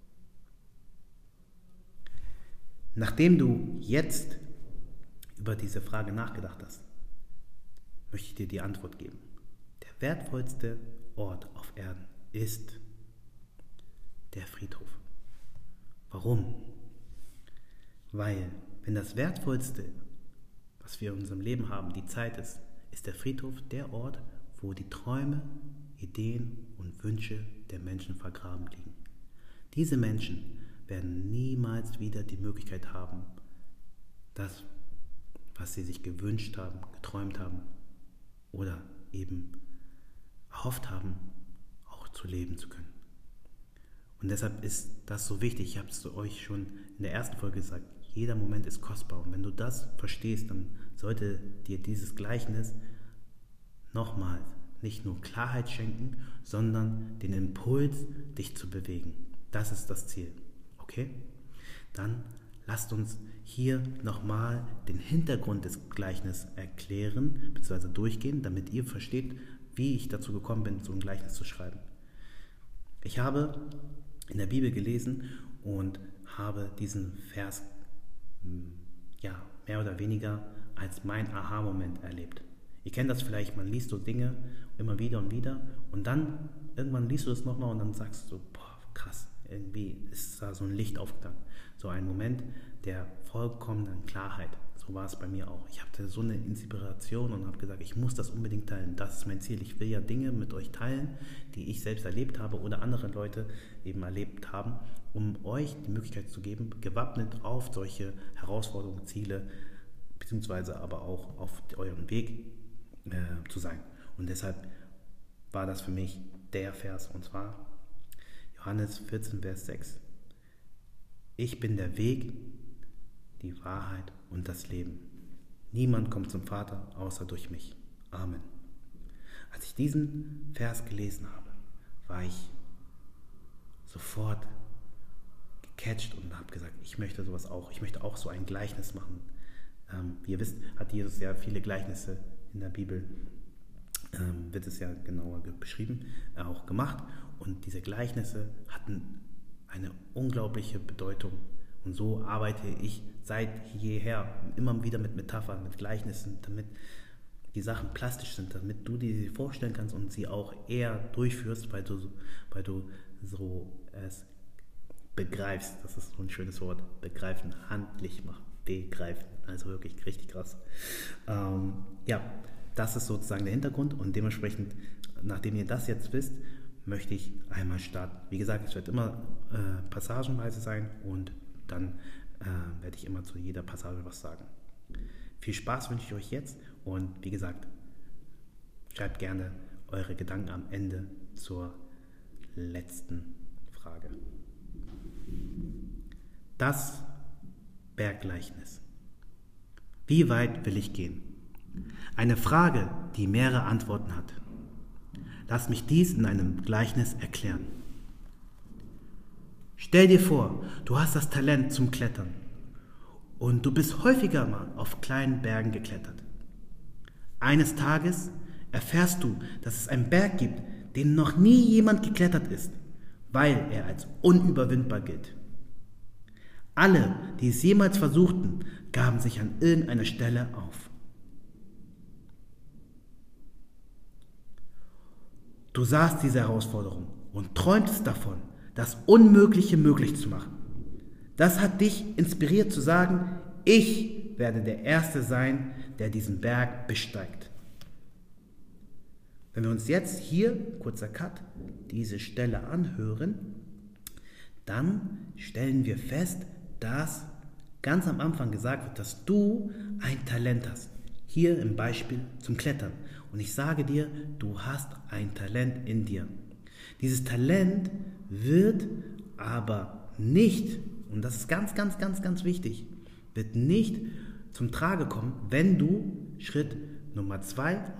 Nachdem du jetzt über diese Frage nachgedacht hast, möchte ich dir die Antwort geben. Der wertvollste Ort auf Erden ist der Friedhof. Warum? Weil, wenn das Wertvollste, was wir in unserem Leben haben, die Zeit ist, ist der Friedhof der Ort, wo die Träume, Ideen und Wünsche der Menschen vergraben liegen. Diese Menschen werden niemals wieder die Möglichkeit haben, das, was sie sich gewünscht haben, geträumt haben oder eben erhofft haben, auch zu leben zu können. Und deshalb ist das so wichtig. Ich habe es euch schon in der ersten Folge gesagt, jeder Moment ist kostbar. Und wenn du das verstehst, dann sollte dir dieses Gleichnis nochmals nicht nur Klarheit schenken, sondern den Impuls, dich zu bewegen. Das ist das Ziel. Okay? Dann lasst uns hier nochmal den Hintergrund des Gleichnisses erklären, bzw. durchgehen, damit ihr versteht, wie ich dazu gekommen bin, so ein Gleichnis zu schreiben. Ich habe in der Bibel gelesen und habe diesen Vers mehr oder weniger als mein Aha-Moment erlebt. Ihr kennt das vielleicht, man liest so Dinge immer wieder und dann irgendwann liest du das nochmal und dann sagst du, boah, krass, irgendwie ist da so ein Licht aufgegangen. So ein Moment der vollkommenen Klarheit. So war es bei mir auch. Ich hatte so eine Inspiration und habe gesagt, ich muss das unbedingt teilen. Das ist mein Ziel. Ich will ja Dinge mit euch teilen, die ich selbst erlebt habe oder andere Leute eben erlebt haben, um euch die Möglichkeit zu geben, gewappnet auf solche Herausforderungen, Ziele, beziehungsweise aber auch auf euren Weg zu sein. Und deshalb war das für mich der Vers, und zwar Johannes 14, Vers 6. Ich bin der Weg, die Wahrheit und das Leben. Niemand kommt zum Vater, außer durch mich. Amen. Als ich diesen Vers gelesen habe, war ich sofort gecatcht und habe gesagt, ich möchte sowas auch. Ich möchte auch so ein Gleichnis machen. Wie ihr wisst, hat Jesus ja viele Gleichnisse in der Bibel, wird es ja genauer beschrieben, auch gemacht. Und diese Gleichnisse hatten eine unglaubliche Bedeutung. Und so arbeite ich seit jeher immer wieder mit Metaphern, mit Gleichnissen, damit die Sachen plastisch sind, damit du dir sie vorstellen kannst und sie auch eher durchführst, weil du so es begreifst. Das ist so ein schönes Wort. Begreifen, handlich machen, begreifen. Also wirklich richtig krass. Das ist sozusagen der Hintergrund und dementsprechend, nachdem ihr das jetzt wisst, möchte ich einmal starten. Wie gesagt, es wird immer passagenweise sein und dann werde ich immer zu jeder Passage was sagen. Viel Spaß wünsche ich euch jetzt und wie gesagt, schreibt gerne eure Gedanken am Ende zur letzten Frage. Das Berggleichnis. Wie weit will ich gehen? Eine Frage, die mehrere Antworten hat. Lass mich dies in einem Gleichnis erklären. Stell dir vor, du hast das Talent zum Klettern und du bist häufiger mal auf kleinen Bergen geklettert. Eines Tages erfährst du, dass es einen Berg gibt, den noch nie jemand geklettert ist, weil er als unüberwindbar gilt. Alle, die es jemals versuchten, gaben sich an irgendeiner Stelle auf. Du sahst diese Herausforderung und träumtest davon, das Unmögliche möglich zu machen. Das hat dich inspiriert zu sagen, ich werde der Erste sein, der diesen Berg besteigt. Wenn wir uns jetzt hier, kurzer Cut, diese Stelle anhören, dann stellen wir fest, dass ganz am Anfang gesagt wird, dass du ein Talent hast. Hier im Beispiel zum Klettern. Und ich sage dir, du hast ein Talent in dir. Dieses Talent wird aber nicht, und das ist ganz, ganz, ganz, ganz wichtig, wird nicht zum Trage kommen, wenn du Schritt Nummer 2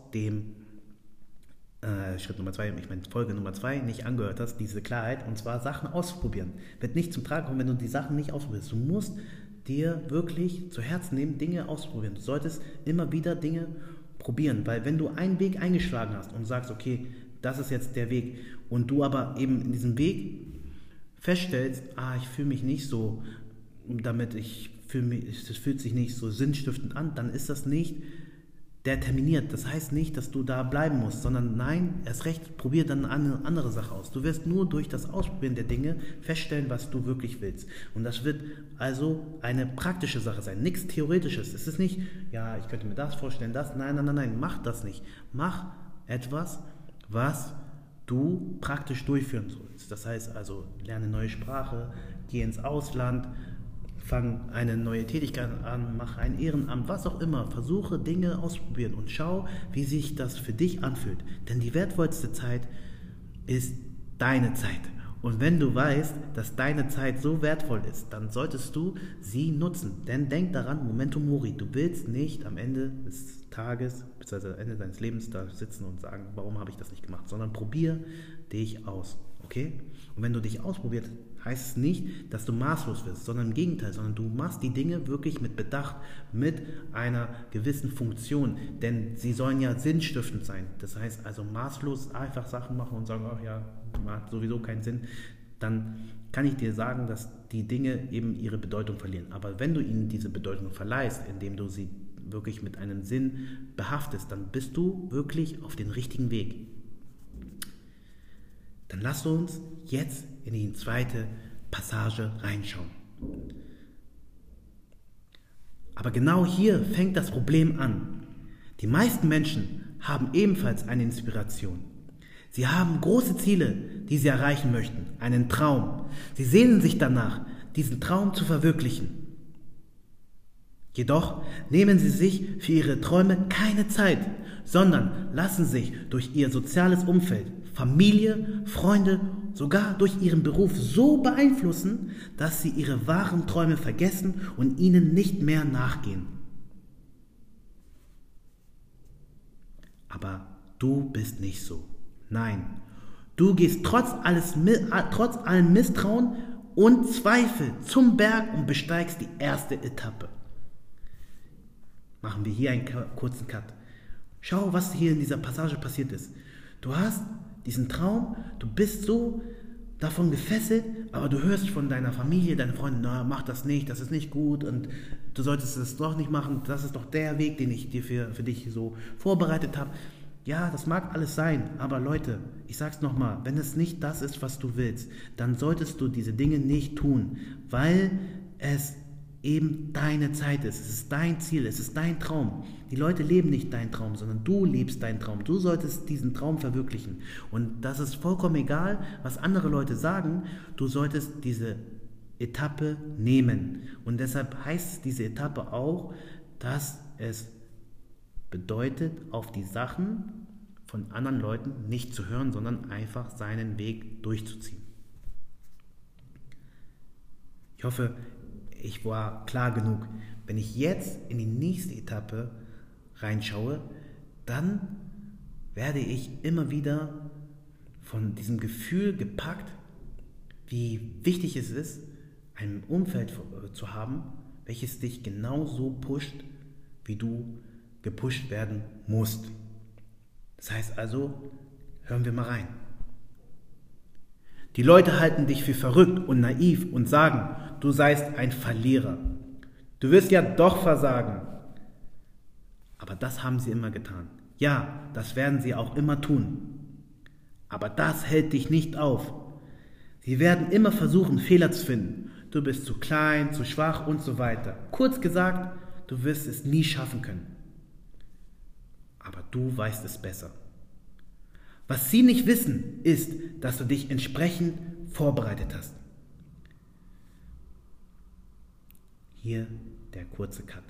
Folge Nummer 2 nicht angehört hast, diese Klarheit, und zwar Sachen ausprobieren. Wird nicht zum Tragen kommen, wenn du die Sachen nicht ausprobierst. Du musst dir wirklich zu Herzen nehmen, Dinge ausprobieren. Du solltest immer wieder Dinge probieren, weil wenn du einen Weg eingeschlagen hast und sagst, okay, das ist jetzt der Weg, und du aber eben in diesem Weg feststellst, ich fühle mich nicht so, es fühlt sich nicht so sinnstiftend an, dann ist das nicht determiniert. Das heißt nicht, dass du da bleiben musst, sondern nein, erst recht, probier dann eine andere Sache aus. Du wirst nur durch das Ausprobieren der Dinge feststellen, was du wirklich willst. Und das wird also eine praktische Sache sein, nichts Theoretisches. Es ist nicht, ich könnte mir das vorstellen, das. Nein, mach das nicht. Mach etwas, was du praktisch durchführen sollst. Das heißt also, lerne eine neue Sprache, geh ins Ausland, fang eine neue Tätigkeit an, mach ein Ehrenamt, was auch immer. Versuche Dinge auszuprobieren und schau, wie sich das für dich anfühlt. Denn die wertvollste Zeit ist deine Zeit. Und wenn du weißt, dass deine Zeit so wertvoll ist, dann solltest du sie nutzen. Denn denk daran, Memento Mori, du willst nicht am Ende des Tages, beziehungsweise am Ende deines Lebens da sitzen und sagen, warum habe ich das nicht gemacht, sondern probier dich aus, okay? Und wenn du dich ausprobierst, heißt es nicht, dass du maßlos wirst, sondern im Gegenteil, sondern du machst die Dinge wirklich mit Bedacht, mit einer gewissen Funktion, denn sie sollen ja sinnstiftend sein. Das heißt also maßlos einfach Sachen machen und sagen, ach ja, hat sowieso keinen Sinn, dann kann ich dir sagen, dass die Dinge eben ihre Bedeutung verlieren. Aber wenn du ihnen diese Bedeutung verleihst, indem du sie wirklich mit einem Sinn behaftest, dann bist du wirklich auf dem richtigen Weg. Dann lass uns jetzt in die zweite Passage reinschauen. Aber genau hier fängt das Problem an. Die meisten Menschen haben ebenfalls eine Inspiration. Sie haben große Ziele, die sie erreichen möchten, einen Traum. Sie sehnen sich danach, diesen Traum zu verwirklichen. Jedoch nehmen sie sich für ihre Träume keine Zeit, sondern lassen sich durch ihr soziales Umfeld, Familie, Freunde, sogar durch ihren Beruf so beeinflussen, dass sie ihre wahren Träume vergessen und ihnen nicht mehr nachgehen. Aber du bist nicht so. Nein, du gehst trotz allem Misstrauen und Zweifel zum Berg und besteigst die erste Etappe. Machen wir hier einen kurzen Cut. Schau, was hier in dieser Passage passiert ist. Du hast diesen Traum, du bist so davon gefesselt, aber du hörst von deiner Familie, deinen Freunden, na, mach das nicht, das ist nicht gut und du solltest es doch nicht machen, das ist doch der Weg, den ich dir für dich so vorbereitet habe. Ja, das mag alles sein, aber Leute, ich sag's nochmal, wenn es nicht das ist, was du willst, dann solltest du diese Dinge nicht tun, weil es eben deine Zeit ist, es ist dein Ziel, es ist dein Traum. Die Leute leben nicht deinen Traum, sondern du lebst deinen Traum. Du solltest diesen Traum verwirklichen. Und das ist vollkommen egal, was andere Leute sagen, du solltest diese Etappe nehmen. Und deshalb heißt diese Etappe auch, dass es bedeutet, auf die Sachen von anderen Leuten nicht zu hören, sondern einfach seinen Weg durchzuziehen. Ich hoffe, ich war klar genug. Wenn ich jetzt in die nächste Etappe reinschaue, dann werde ich immer wieder von diesem Gefühl gepackt, wie wichtig es ist, ein Umfeld zu haben, welches dich genauso pusht, wie du gepusht werden musst. Das heißt also, hören wir mal rein. Die Leute halten dich für verrückt und naiv und sagen, du seist ein Verlierer. Du wirst ja doch versagen. Aber das haben sie immer getan. Ja, das werden sie auch immer tun. Aber das hält dich nicht auf. Sie werden immer versuchen, Fehler zu finden. Du bist zu klein, zu schwach und so weiter. Kurz gesagt, du wirst es nie schaffen können. Aber du weißt es besser. Was sie nicht wissen, ist, dass du dich entsprechend vorbereitet hast. Hier der kurze Cut.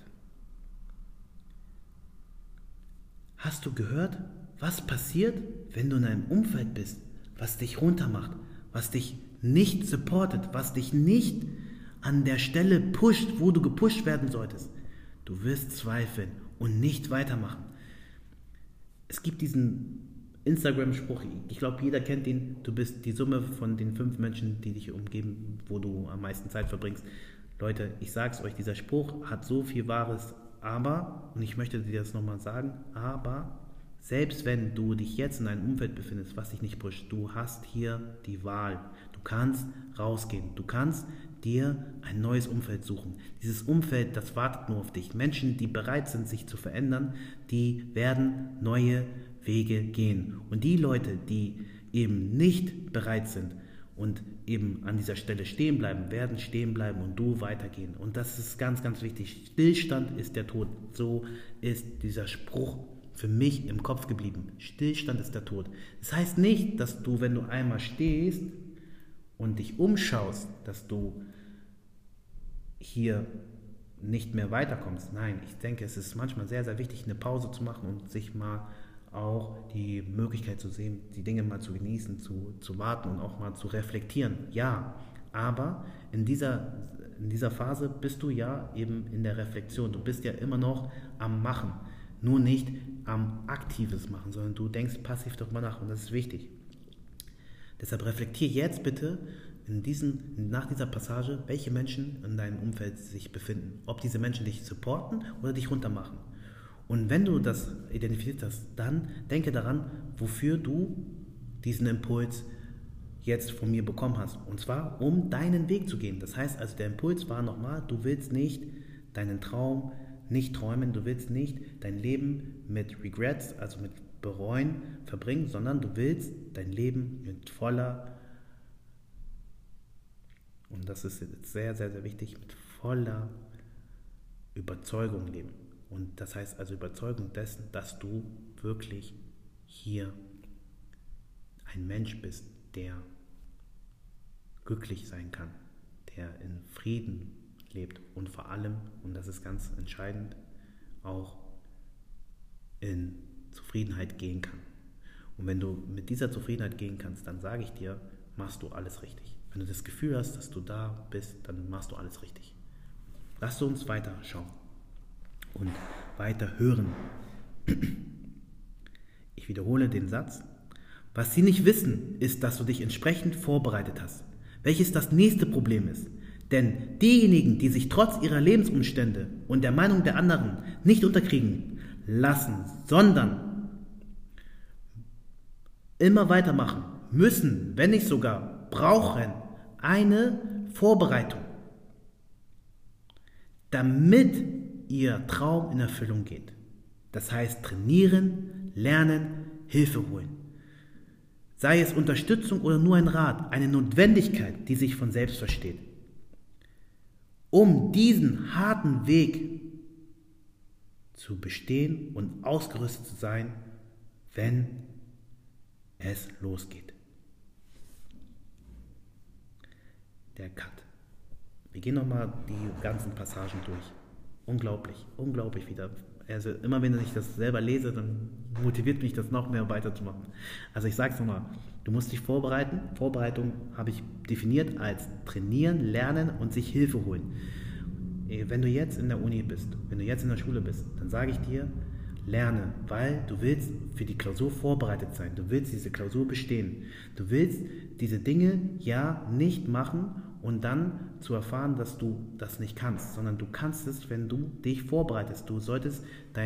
Hast du gehört, was passiert, wenn du in einem Umfeld bist, was dich runtermacht, was dich nicht supportet, was dich nicht an der Stelle pusht, wo du gepusht werden solltest? Du wirst zweifeln und nicht weitermachen. Es gibt diesen Instagram-Spruch, ich glaube, jeder kennt ihn, du bist die Summe von den 5 Menschen, die dich umgeben, wo du am meisten Zeit verbringst. Leute, ich sag's euch, dieser Spruch hat so viel Wahres, aber, und ich möchte dir das nochmal sagen, aber selbst wenn du dich jetzt in einem Umfeld befindest, was dich nicht pusht, du hast hier die Wahl. Du kannst rausgehen, du kannst dir ein neues Umfeld suchen. Dieses Umfeld, das wartet nur auf dich. Menschen, die bereit sind, sich zu verändern, die werden neue Wege gehen. Und die Leute, die eben nicht bereit sind und eben an dieser Stelle stehen bleiben, werden stehen bleiben und du weitergehen. Und das ist ganz, ganz wichtig. Stillstand ist der Tod. So ist dieser Spruch für mich im Kopf geblieben. Stillstand ist der Tod. Das heißt nicht, dass du, wenn du einmal stehst und dich umschaust, dass du hier nicht mehr weiterkommst. Nein, ich denke, es ist manchmal sehr, sehr wichtig, eine Pause zu machen und sich mal auch die Möglichkeit zu sehen, die Dinge mal zu genießen, zu warten und auch mal zu reflektieren. Ja, aber in dieser Phase bist du ja eben in der Reflexion. Du bist ja immer noch am Machen. Nur nicht Aktives machen, sondern du denkst passiv darüber nach und das ist wichtig. Deshalb reflektiere jetzt bitte nach dieser Passage, welche Menschen in deinem Umfeld sich befinden. Ob diese Menschen dich supporten oder dich runtermachen. Und wenn du das identifiziert hast, dann denke daran, wofür du diesen Impuls jetzt von mir bekommen hast. Und zwar, um deinen Weg zu gehen. Das heißt also, der Impuls war nochmal, du willst nicht deinen Traum nicht träumen, du willst nicht dein Leben mit Regrets, also mit Bereuen verbringen, sondern du willst dein Leben mit voller, und das ist jetzt sehr, sehr, sehr wichtig, mit voller Überzeugung leben. Und das heißt also Überzeugung dessen, dass du wirklich hier ein Mensch bist, der glücklich sein kann, der in Frieden lebt und vor allem, und das ist ganz entscheidend, auch in Zufriedenheit gehen kann. Und wenn du mit dieser Zufriedenheit gehen kannst, dann sage ich dir, machst du alles richtig. Wenn du das Gefühl hast, dass du da bist, dann machst du alles richtig. Lass uns weiter schauen und weiter hören. Ich wiederhole den Satz. Was sie nicht wissen, ist, dass du dich entsprechend vorbereitet hast. Welches das nächste Problem ist. Denn diejenigen, die sich trotz ihrer Lebensumstände und der Meinung der anderen nicht unterkriegen lassen, sondern immer weitermachen, müssen, wenn nicht sogar brauchen, eine Vorbereitung, damit ihr Traum in Erfüllung geht. Das heißt trainieren, lernen, Hilfe holen. Sei es Unterstützung oder nur ein Rat, eine Notwendigkeit, die sich von selbst versteht. Um diesen harten Weg zu bestehen und ausgerüstet zu sein, wenn es losgeht. Der Cut. Wir gehen nochmal die ganzen Passagen durch. Unglaublich, unglaublich wieder. Also immer wenn ich das selber lese, dann motiviert mich das noch mehr weiterzumachen. Also ich sage es nochmal, du musst dich vorbereiten. Vorbereitung habe ich definiert als trainieren, lernen und sich Hilfe holen. Wenn du jetzt in der Uni bist, wenn du jetzt in der Schule bist, dann sage ich dir, lerne, weil du willst für die Klausur vorbereitet sein. Du willst diese Klausur bestehen. Du willst diese Dinge ja nicht machen und dann zu erfahren, dass du das nicht kannst, sondern du kannst es, wenn du dich vorbereitest. Du solltest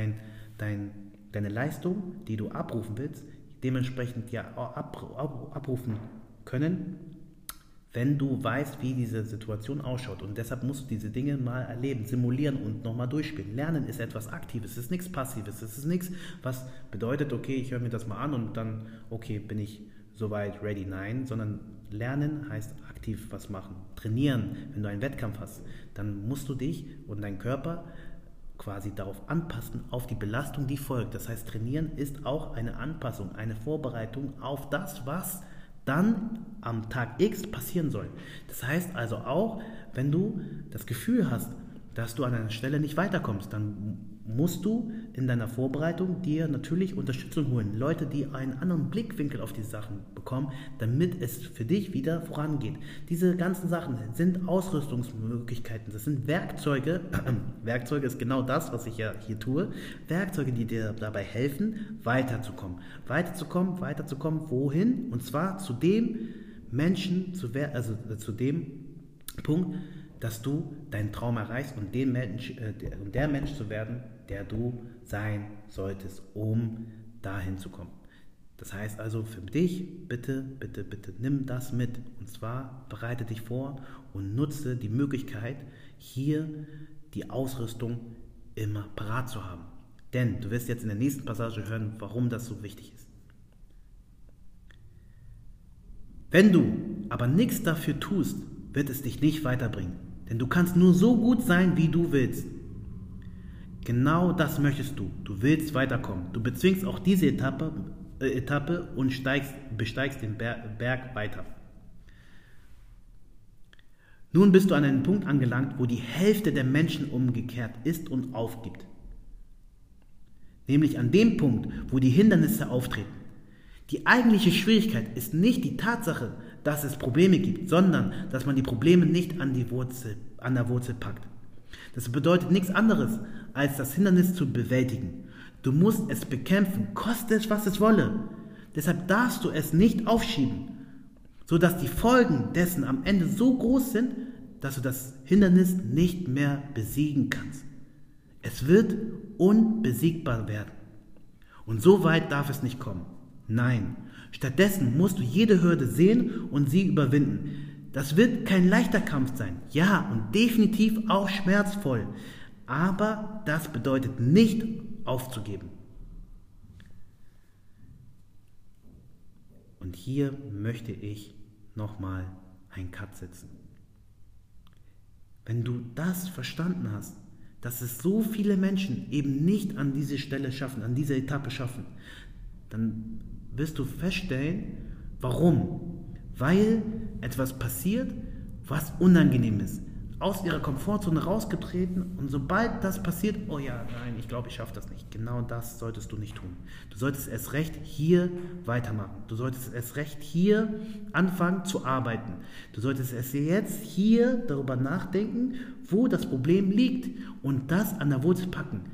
deine Leistung, die du abrufen willst, dementsprechend ja abrufen können, wenn du weißt, wie diese Situation ausschaut. Und deshalb musst du diese Dinge mal erleben, simulieren und nochmal durchspielen. Lernen ist etwas Aktives, es ist nichts Passives, es ist nichts, was bedeutet, okay, ich höre mir das mal an und dann, okay, bin ich soweit ready. Nein, sondern Lernen heißt aktiv was machen. Trainieren, wenn du einen Wettkampf hast, dann musst du dich und deinen Körper quasi darauf anpassen, auf die Belastung, die folgt. Das heißt, trainieren ist auch eine Anpassung, eine Vorbereitung auf das, was dann am Tag X passieren soll. Das heißt also auch, wenn du das Gefühl hast, dass du an einer Stelle nicht weiterkommst, dann musst du in deiner Vorbereitung dir natürlich Unterstützung holen. Leute, die einen anderen Blickwinkel auf die Sachen bekommen, damit es für dich wieder vorangeht. Diese ganzen Sachen sind Ausrüstungsmöglichkeiten, das sind Werkzeuge. Werkzeuge ist genau das, was ich ja hier tue. Werkzeuge, die dir dabei helfen, weiterzukommen. Weiterzukommen, wohin? Und zwar zu dem Menschen, zu dem Punkt, dass du deinen Traum erreichst und der Mensch zu werden, der du sein solltest, um dahin zu kommen. Das heißt also für dich, bitte nimm das mit. Und zwar bereite dich vor und nutze die Möglichkeit, hier die Ausrüstung immer parat zu haben. Denn du wirst jetzt in der nächsten Passage hören, warum das so wichtig ist. Wenn du aber nichts dafür tust, wird es dich nicht weiterbringen. Denn du kannst nur so gut sein, wie du willst. Genau das möchtest du. Du willst weiterkommen. Du bezwingst auch diese Etappe und besteigst den Berg weiter. Nun bist du an einen Punkt angelangt, wo die Hälfte der Menschen umgekehrt ist und aufgibt. Nämlich an dem Punkt, wo die Hindernisse auftreten. Die eigentliche Schwierigkeit ist nicht die Tatsache, dass es Probleme gibt, sondern dass man die Probleme nicht an der Wurzel packt. Das bedeutet nichts anderes, als das Hindernis zu bewältigen. Du musst es bekämpfen, koste es, was es wolle. Deshalb darfst du es nicht aufschieben, sodass die Folgen dessen am Ende so groß sind, dass du das Hindernis nicht mehr besiegen kannst. Es wird unbesiegbar werden. Und so weit darf es nicht kommen. Nein, stattdessen musst du jede Hürde sehen und sie überwinden. Das wird kein leichter Kampf sein. Ja, und definitiv auch schmerzvoll. Aber das bedeutet nicht aufzugeben. Und hier möchte ich nochmal einen Cut setzen. Wenn du das verstanden hast, dass es so viele Menschen eben nicht an diese Stelle schaffen, an diese Etappe schaffen, dann wirst du feststellen, warum. Weil etwas passiert, was unangenehm ist. Aus ihrer Komfortzone rausgetreten und sobald das passiert, oh ja, nein, ich glaube, ich schaffe das nicht. Genau das solltest du nicht tun. Du solltest erst recht hier weitermachen. Du solltest erst recht hier anfangen zu arbeiten. Du solltest erst jetzt hier darüber nachdenken, wo das Problem liegt und das an der Wurzel packen.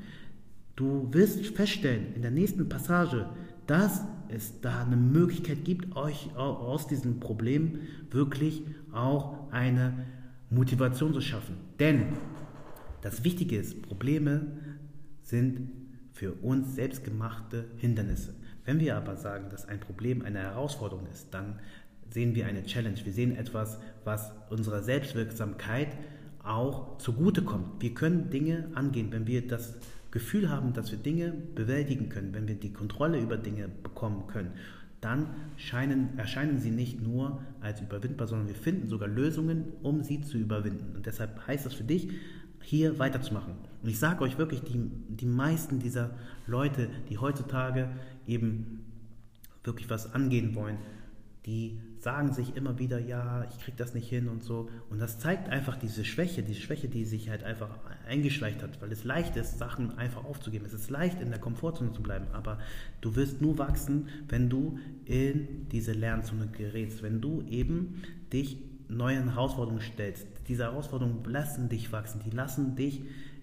Du wirst feststellen in der nächsten Passage, dass es da eine Möglichkeit gibt, euch aus diesem Problem wirklich auch eine Motivation zu schaffen. Denn das Wichtige ist, Probleme sind für uns selbstgemachte Hindernisse. Wenn wir aber sagen, dass ein Problem eine Herausforderung ist, dann sehen wir eine Challenge. Wir sehen etwas, was unserer Selbstwirksamkeit auch zugutekommt. Wir können Dinge angehen, wenn wir das Gefühl haben, dass wir Dinge bewältigen können, wenn wir die Kontrolle über Dinge bekommen können, dann erscheinen sie nicht nur als überwindbar, sondern wir finden sogar Lösungen, um sie zu überwinden. Und deshalb heißt es für dich, hier weiterzumachen. Und ich sage euch wirklich, die meisten dieser Leute, die heutzutage eben wirklich was angehen wollen, die sagen sich immer wieder, ja, ich kriege das nicht hin und so. Und das zeigt einfach diese Schwäche, die sich halt einfach eingeschleicht hat, weil es leicht ist, Sachen einfach aufzugeben. Es ist leicht, in der Komfortzone zu bleiben, aber du wirst nur wachsen, wenn du in diese Lernzone gerätst, wenn du eben dich neuen Herausforderungen stellst. Diese Herausforderungen lassen dich wachsen, die lassen dich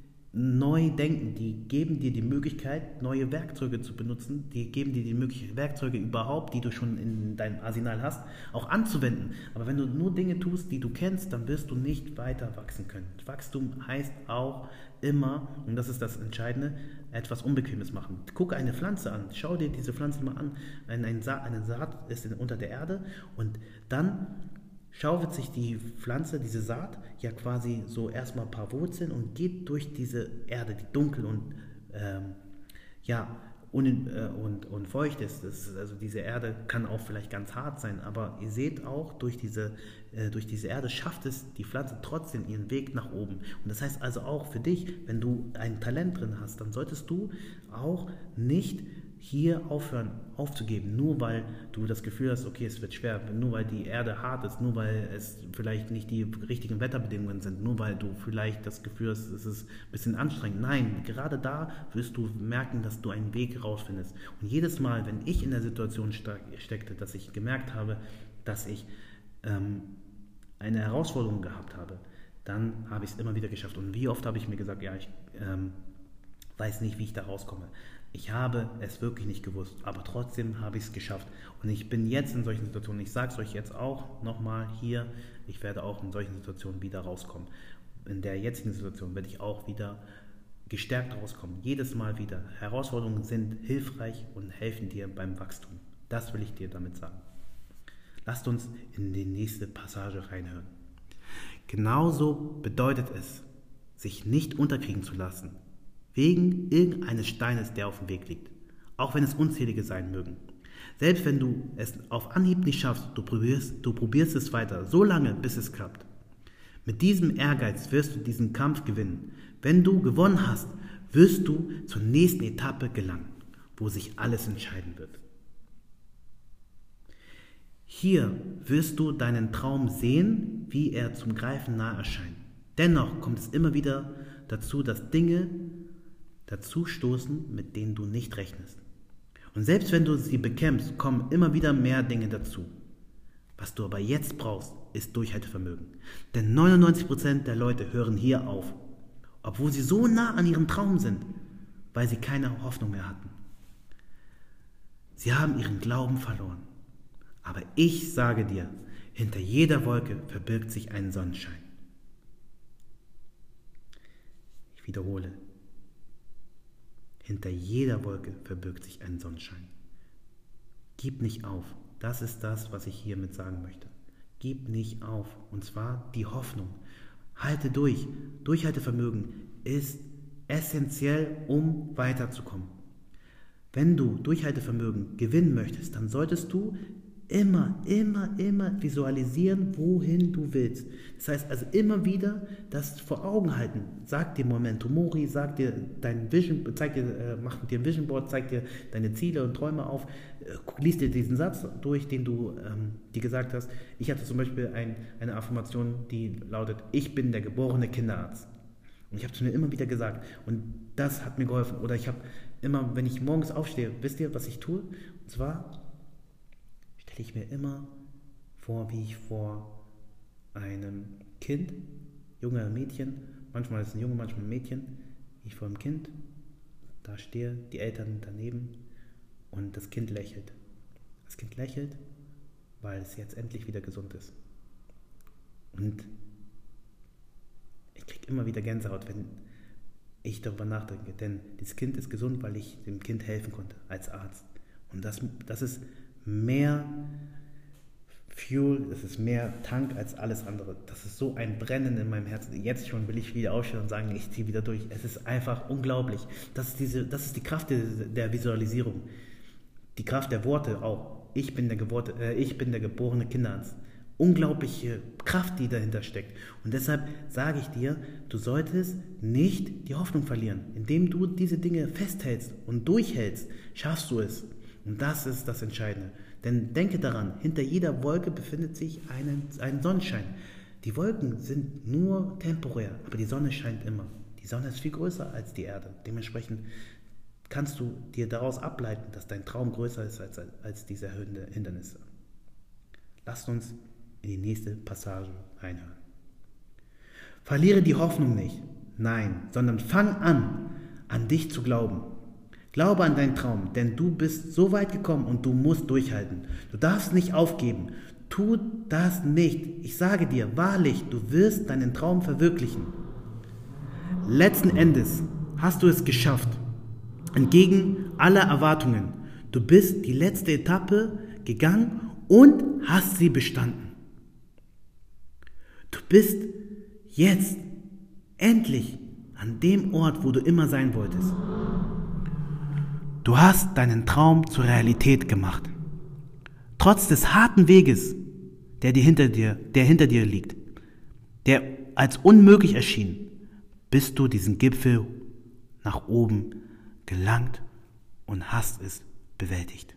neu denken, die geben dir die Möglichkeit, neue Werkzeuge zu benutzen, die geben dir die Möglichkeit, Werkzeuge überhaupt, die du schon in deinem Arsenal hast, auch anzuwenden. Aber wenn du nur Dinge tust, die du kennst, dann wirst du nicht weiter wachsen können. Wachstum heißt auch immer, und das ist das Entscheidende, etwas Unbequemes machen. Gucke eine Pflanze an, schau dir diese Pflanze mal an, eine Saat ist unter der Erde und dann schaufelt sich die Pflanze, diese Saat, ja quasi so erstmal ein paar Wurzeln und geht durch diese Erde, die dunkel und und feucht ist. Also diese Erde kann auch vielleicht ganz hart sein, aber ihr seht auch, durch diese Erde schafft es die Pflanze trotzdem ihren Weg nach oben. Und das heißt also auch für dich, wenn du ein Talent drin hast, dann solltest du auch nicht hier aufhören aufzugeben, nur weil du das Gefühl hast, okay, es wird schwer, nur weil die Erde hart ist, nur weil es vielleicht nicht die richtigen Wetterbedingungen sind, nur weil du vielleicht das Gefühl hast, es ist ein bisschen anstrengend. Nein, gerade da wirst du merken, dass du einen Weg rausfindest. Und jedes Mal, wenn ich in der Situation steckte, dass ich gemerkt habe, dass ich eine Herausforderung gehabt habe, dann habe ich es immer wieder geschafft. Und wie oft habe ich mir gesagt, ja, ich weiß nicht, wie ich da rauskomme. Ich habe es wirklich nicht gewusst, aber trotzdem habe ich es geschafft. Und ich bin jetzt in solchen Situationen, ich sage es euch jetzt auch nochmal hier, ich werde auch in solchen Situationen wieder rauskommen. In der jetzigen Situation werde ich auch wieder gestärkt rauskommen. Jedes Mal wieder. Herausforderungen sind hilfreich und helfen dir beim Wachstum. Das will ich dir damit sagen. Lasst uns in die nächste Passage reinhören. Genauso bedeutet es, sich nicht unterkriegen zu lassen, wegen irgendeines Steines, der auf dem Weg liegt, auch wenn es unzählige sein mögen. Selbst wenn du es auf Anhieb nicht schaffst, du probierst es weiter, so lange, bis es klappt. Mit diesem Ehrgeiz wirst du diesen Kampf gewinnen. Wenn du gewonnen hast, wirst du zur nächsten Etappe gelangen, wo sich alles entscheiden wird. Hier wirst du deinen Traum sehen, wie er zum Greifen nahe erscheint. Dennoch kommt es immer wieder dazu, dass Dinge dazu stoßen, mit denen du nicht rechnest. Und selbst wenn du sie bekämpfst, kommen immer wieder mehr Dinge dazu. Was du aber jetzt brauchst, ist Durchhaltevermögen. Denn 99% der Leute hören hier auf, obwohl sie so nah an ihrem Traum sind, weil sie keine Hoffnung mehr hatten. Sie haben ihren Glauben verloren. Aber ich sage dir, hinter jeder Wolke verbirgt sich ein Sonnenschein. Ich wiederhole, hinter jeder Wolke verbirgt sich ein Sonnenschein. Gib nicht auf. Das ist das, was ich hiermit sagen möchte. Gib nicht auf. Und zwar die Hoffnung. Halte durch. Durchhaltevermögen ist essentiell, um weiterzukommen. Wenn du Durchhaltevermögen gewinnen möchtest, dann solltest du immer visualisieren, wohin du willst. Das heißt also immer wieder das vor Augen halten. Sag dir Memento Mori, sag dir dein Vision, mach dir ein Vision Board, zeig dir deine Ziele und Träume auf, lies dir diesen Satz durch, den du dir gesagt hast. Ich hatte zum Beispiel eine Affirmation, die lautet: Ich bin der geborene Kinderarzt. Und ich habe es mir immer wieder gesagt. Und das hat mir geholfen. Oder ich habe immer, wenn ich morgens aufstehe, wisst ihr, was ich tue? Und zwar stelle ich mir immer vor, wie ich vor einem Kind, junger Mädchen, manchmal ist es ein Junge, manchmal ein Mädchen, wie ich vor einem Kind da stehe, die Eltern daneben und das Kind lächelt. Das Kind lächelt, weil es jetzt endlich wieder gesund ist. Und ich kriege immer wieder Gänsehaut, wenn ich darüber nachdenke, denn das Kind ist gesund, weil ich dem Kind helfen konnte als Arzt. Und das ist mehr Fuel, das ist mehr Tank als alles andere. Das ist so ein Brennen in meinem Herzen. Jetzt schon will ich wieder aufstehen und sagen, ich ziehe wieder durch. Es ist einfach unglaublich. Das ist die Kraft der Visualisierung. Die Kraft der Worte auch. Ich bin der geborene Kinderarzt. Unglaubliche Kraft, die dahinter steckt. Und deshalb sage ich dir, du solltest nicht die Hoffnung verlieren. Indem du diese Dinge festhältst und durchhältst, schaffst du es. Und das ist das Entscheidende. Denn denke daran, hinter jeder Wolke befindet sich ein Sonnenschein. Die Wolken sind nur temporär, aber die Sonne scheint immer. Die Sonne ist viel größer als die Erde. Dementsprechend kannst du dir daraus ableiten, dass dein Traum größer ist als diese Hindernisse. Lasst uns in die nächste Passage reinhören. Verliere die Hoffnung nicht, nein, sondern fang an dich zu glauben. Glaube an deinen Traum, denn du bist so weit gekommen und du musst durchhalten. Du darfst nicht aufgeben. Tu das nicht. Ich sage dir, wahrlich, du wirst deinen Traum verwirklichen. Letzten Endes hast du es geschafft, entgegen aller Erwartungen. Du bist die letzte Etappe gegangen und hast sie bestanden. Du bist jetzt endlich an dem Ort, wo du immer sein wolltest. Du hast deinen Traum zur Realität gemacht. Trotz des harten Weges, der hinter dir liegt, der als unmöglich erschien, bist du diesen Gipfel nach oben gelangt und hast es bewältigt.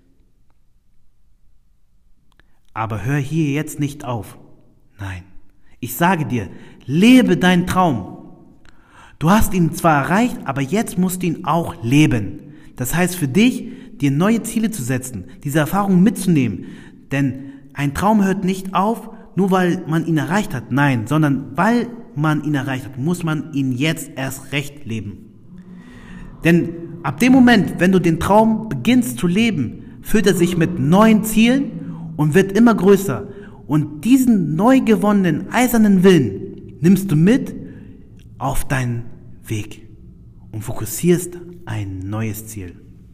Aber hör hier jetzt nicht auf. Nein, ich sage dir, lebe deinen Traum. Du hast ihn zwar erreicht, aber jetzt musst du ihn auch leben. Das heißt für dich, dir neue Ziele zu setzen, diese Erfahrung mitzunehmen. Denn ein Traum hört nicht auf, nur weil man ihn erreicht hat. Nein, sondern weil man ihn erreicht hat, muss man ihn jetzt erst recht leben. Denn ab dem Moment, wenn du den Traum beginnst zu leben, füllt er sich mit neuen Zielen und wird immer größer. Und diesen neu gewonnenen eisernen Willen nimmst du mit auf deinen Weg und fokussierst ein neues Ziel.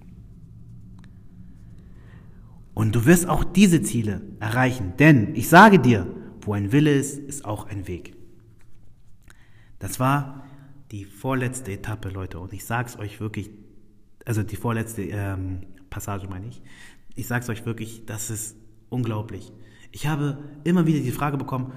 Und du wirst auch diese Ziele erreichen, denn ich sage dir, wo ein Wille ist, ist auch ein Weg. Das war die vorletzte Etappe, Leute, und ich sage es euch wirklich, also die vorletzte Passage meine ich. Ich sage es euch wirklich, das ist unglaublich. Ich habe immer wieder die Frage bekommen,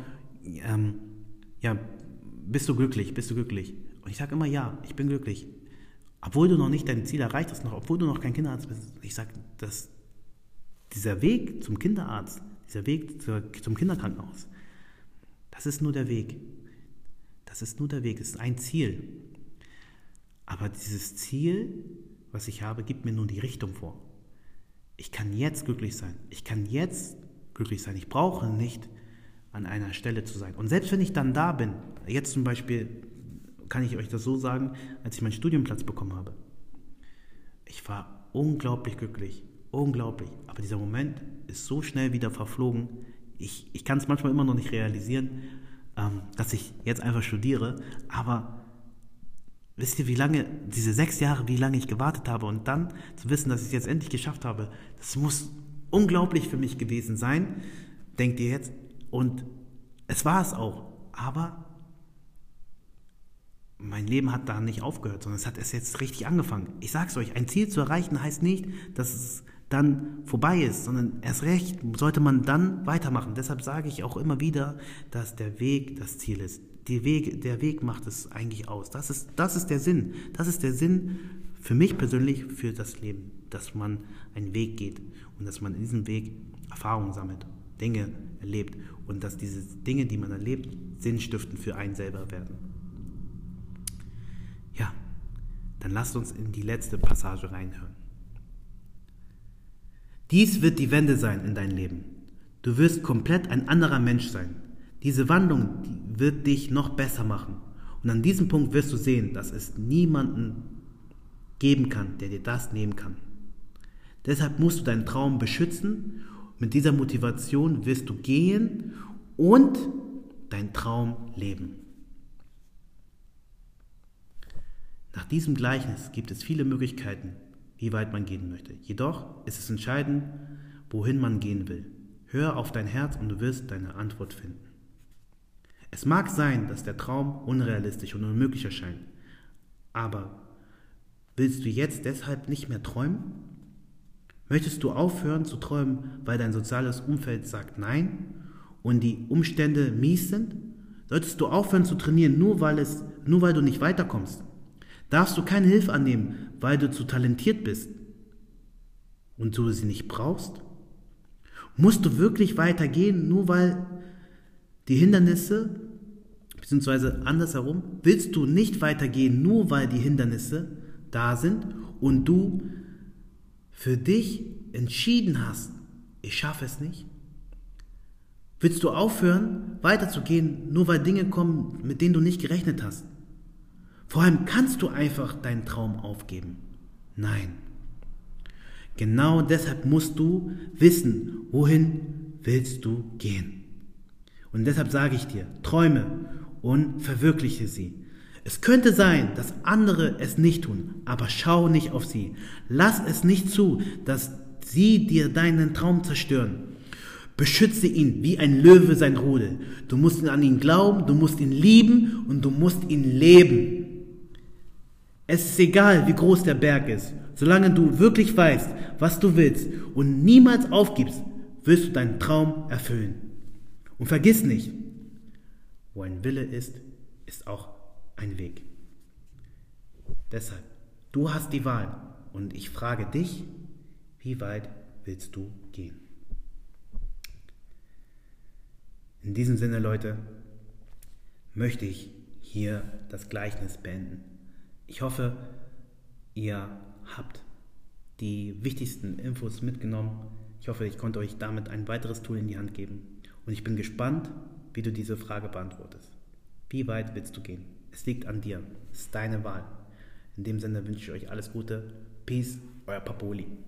bist du glücklich, bist du glücklich? Und ich sage immer, ja, ich bin glücklich. Obwohl du noch nicht dein Ziel erreicht hast, obwohl du noch kein Kinderarzt bist. Ich sage, dass dieser Weg zum Kinderarzt, dieser Weg zum Kinderkrankenhaus, das ist nur der Weg. Das ist nur der Weg, das ist ein Ziel. Aber dieses Ziel, was ich habe, gibt mir nur die Richtung vor. Ich kann jetzt glücklich sein. Ich kann jetzt glücklich sein. Ich brauche nicht an einer Stelle zu sein. Und selbst wenn ich dann da bin, jetzt zum Beispiel, kann ich euch das so sagen, als ich meinen Studienplatz bekommen habe. Ich war unglaublich glücklich, unglaublich. Aber dieser Moment ist so schnell wieder verflogen. Ich kann es manchmal immer noch nicht realisieren, dass ich jetzt einfach studiere. Aber wisst ihr, wie lange, diese 6 Jahre, wie lange ich gewartet habe und dann zu wissen, dass ich es jetzt endlich geschafft habe, das muss unglaublich für mich gewesen sein, denkt ihr jetzt. Und es war es auch. Aber mein Leben hat da nicht aufgehört, sondern es hat erst jetzt richtig angefangen. Ich sag's euch, ein Ziel zu erreichen heißt nicht, dass es dann vorbei ist, sondern erst recht sollte man dann weitermachen. Deshalb sage ich auch immer wieder, dass der Weg das Ziel ist. Der Weg macht es eigentlich aus. Das ist der Sinn. Das ist der Sinn für mich persönlich, für das Leben. Dass man einen Weg geht und dass man in diesem Weg Erfahrungen sammelt, Dinge erlebt und dass diese Dinge, die man erlebt, sinnstiftend für einen selber werden. Ja, dann lasst uns in die letzte Passage reinhören. Dies wird die Wende sein in dein Leben. Du wirst komplett ein anderer Mensch sein. Diese Wandlung wird dich noch besser machen. Und an diesem Punkt wirst du sehen, dass es niemanden geben kann, der dir das nehmen kann. Deshalb musst du deinen Traum beschützen. Mit dieser Motivation wirst du gehen und deinen Traum leben. Nach diesem Gleichnis gibt es viele Möglichkeiten, wie weit man gehen möchte. Jedoch ist es entscheidend, wohin man gehen will. Hör auf dein Herz und du wirst deine Antwort finden. Es mag sein, dass der Traum unrealistisch und unmöglich erscheint, aber willst du jetzt deshalb nicht mehr träumen? Möchtest du aufhören zu träumen, weil dein soziales Umfeld sagt Nein und die Umstände mies sind? Solltest du aufhören zu trainieren, nur weil du nicht weiterkommst? Darfst du keine Hilfe annehmen, weil du zu talentiert bist und du sie nicht brauchst? Musst du wirklich weitergehen, nur weil die Hindernisse, beziehungsweise andersherum, willst du nicht weitergehen, nur weil die Hindernisse da sind und du für dich entschieden hast, ich schaffe es nicht? Willst du aufhören, weiterzugehen, nur weil Dinge kommen, mit denen du nicht gerechnet hast? Vor allem kannst du einfach deinen Traum aufgeben. Nein. Genau deshalb musst du wissen, wohin willst du gehen. Und deshalb sage ich dir, träume und verwirkliche sie. Es könnte sein, dass andere es nicht tun, aber schau nicht auf sie. Lass es nicht zu, dass sie dir deinen Traum zerstören. Beschütze ihn wie ein Löwe sein Rudel. Du musst an ihn glauben, du musst ihn lieben und du musst ihn leben. Es ist egal, wie groß der Berg ist. Solange du wirklich weißt, was du willst und niemals aufgibst, wirst du deinen Traum erfüllen. Und vergiss nicht, wo ein Wille ist, ist auch ein Weg. Deshalb, du hast die Wahl und ich frage dich, wie weit willst du gehen? In diesem Sinne, Leute, möchte ich hier das Gleichnis beenden. Ich hoffe, ihr habt die wichtigsten Infos mitgenommen. Ich hoffe, ich konnte euch damit ein weiteres Tool in die Hand geben. Und ich bin gespannt, wie du diese Frage beantwortest. Wie weit willst du gehen? Es liegt an dir. Es ist deine Wahl. In dem Sinne wünsche ich euch alles Gute. Peace, euer Papoli.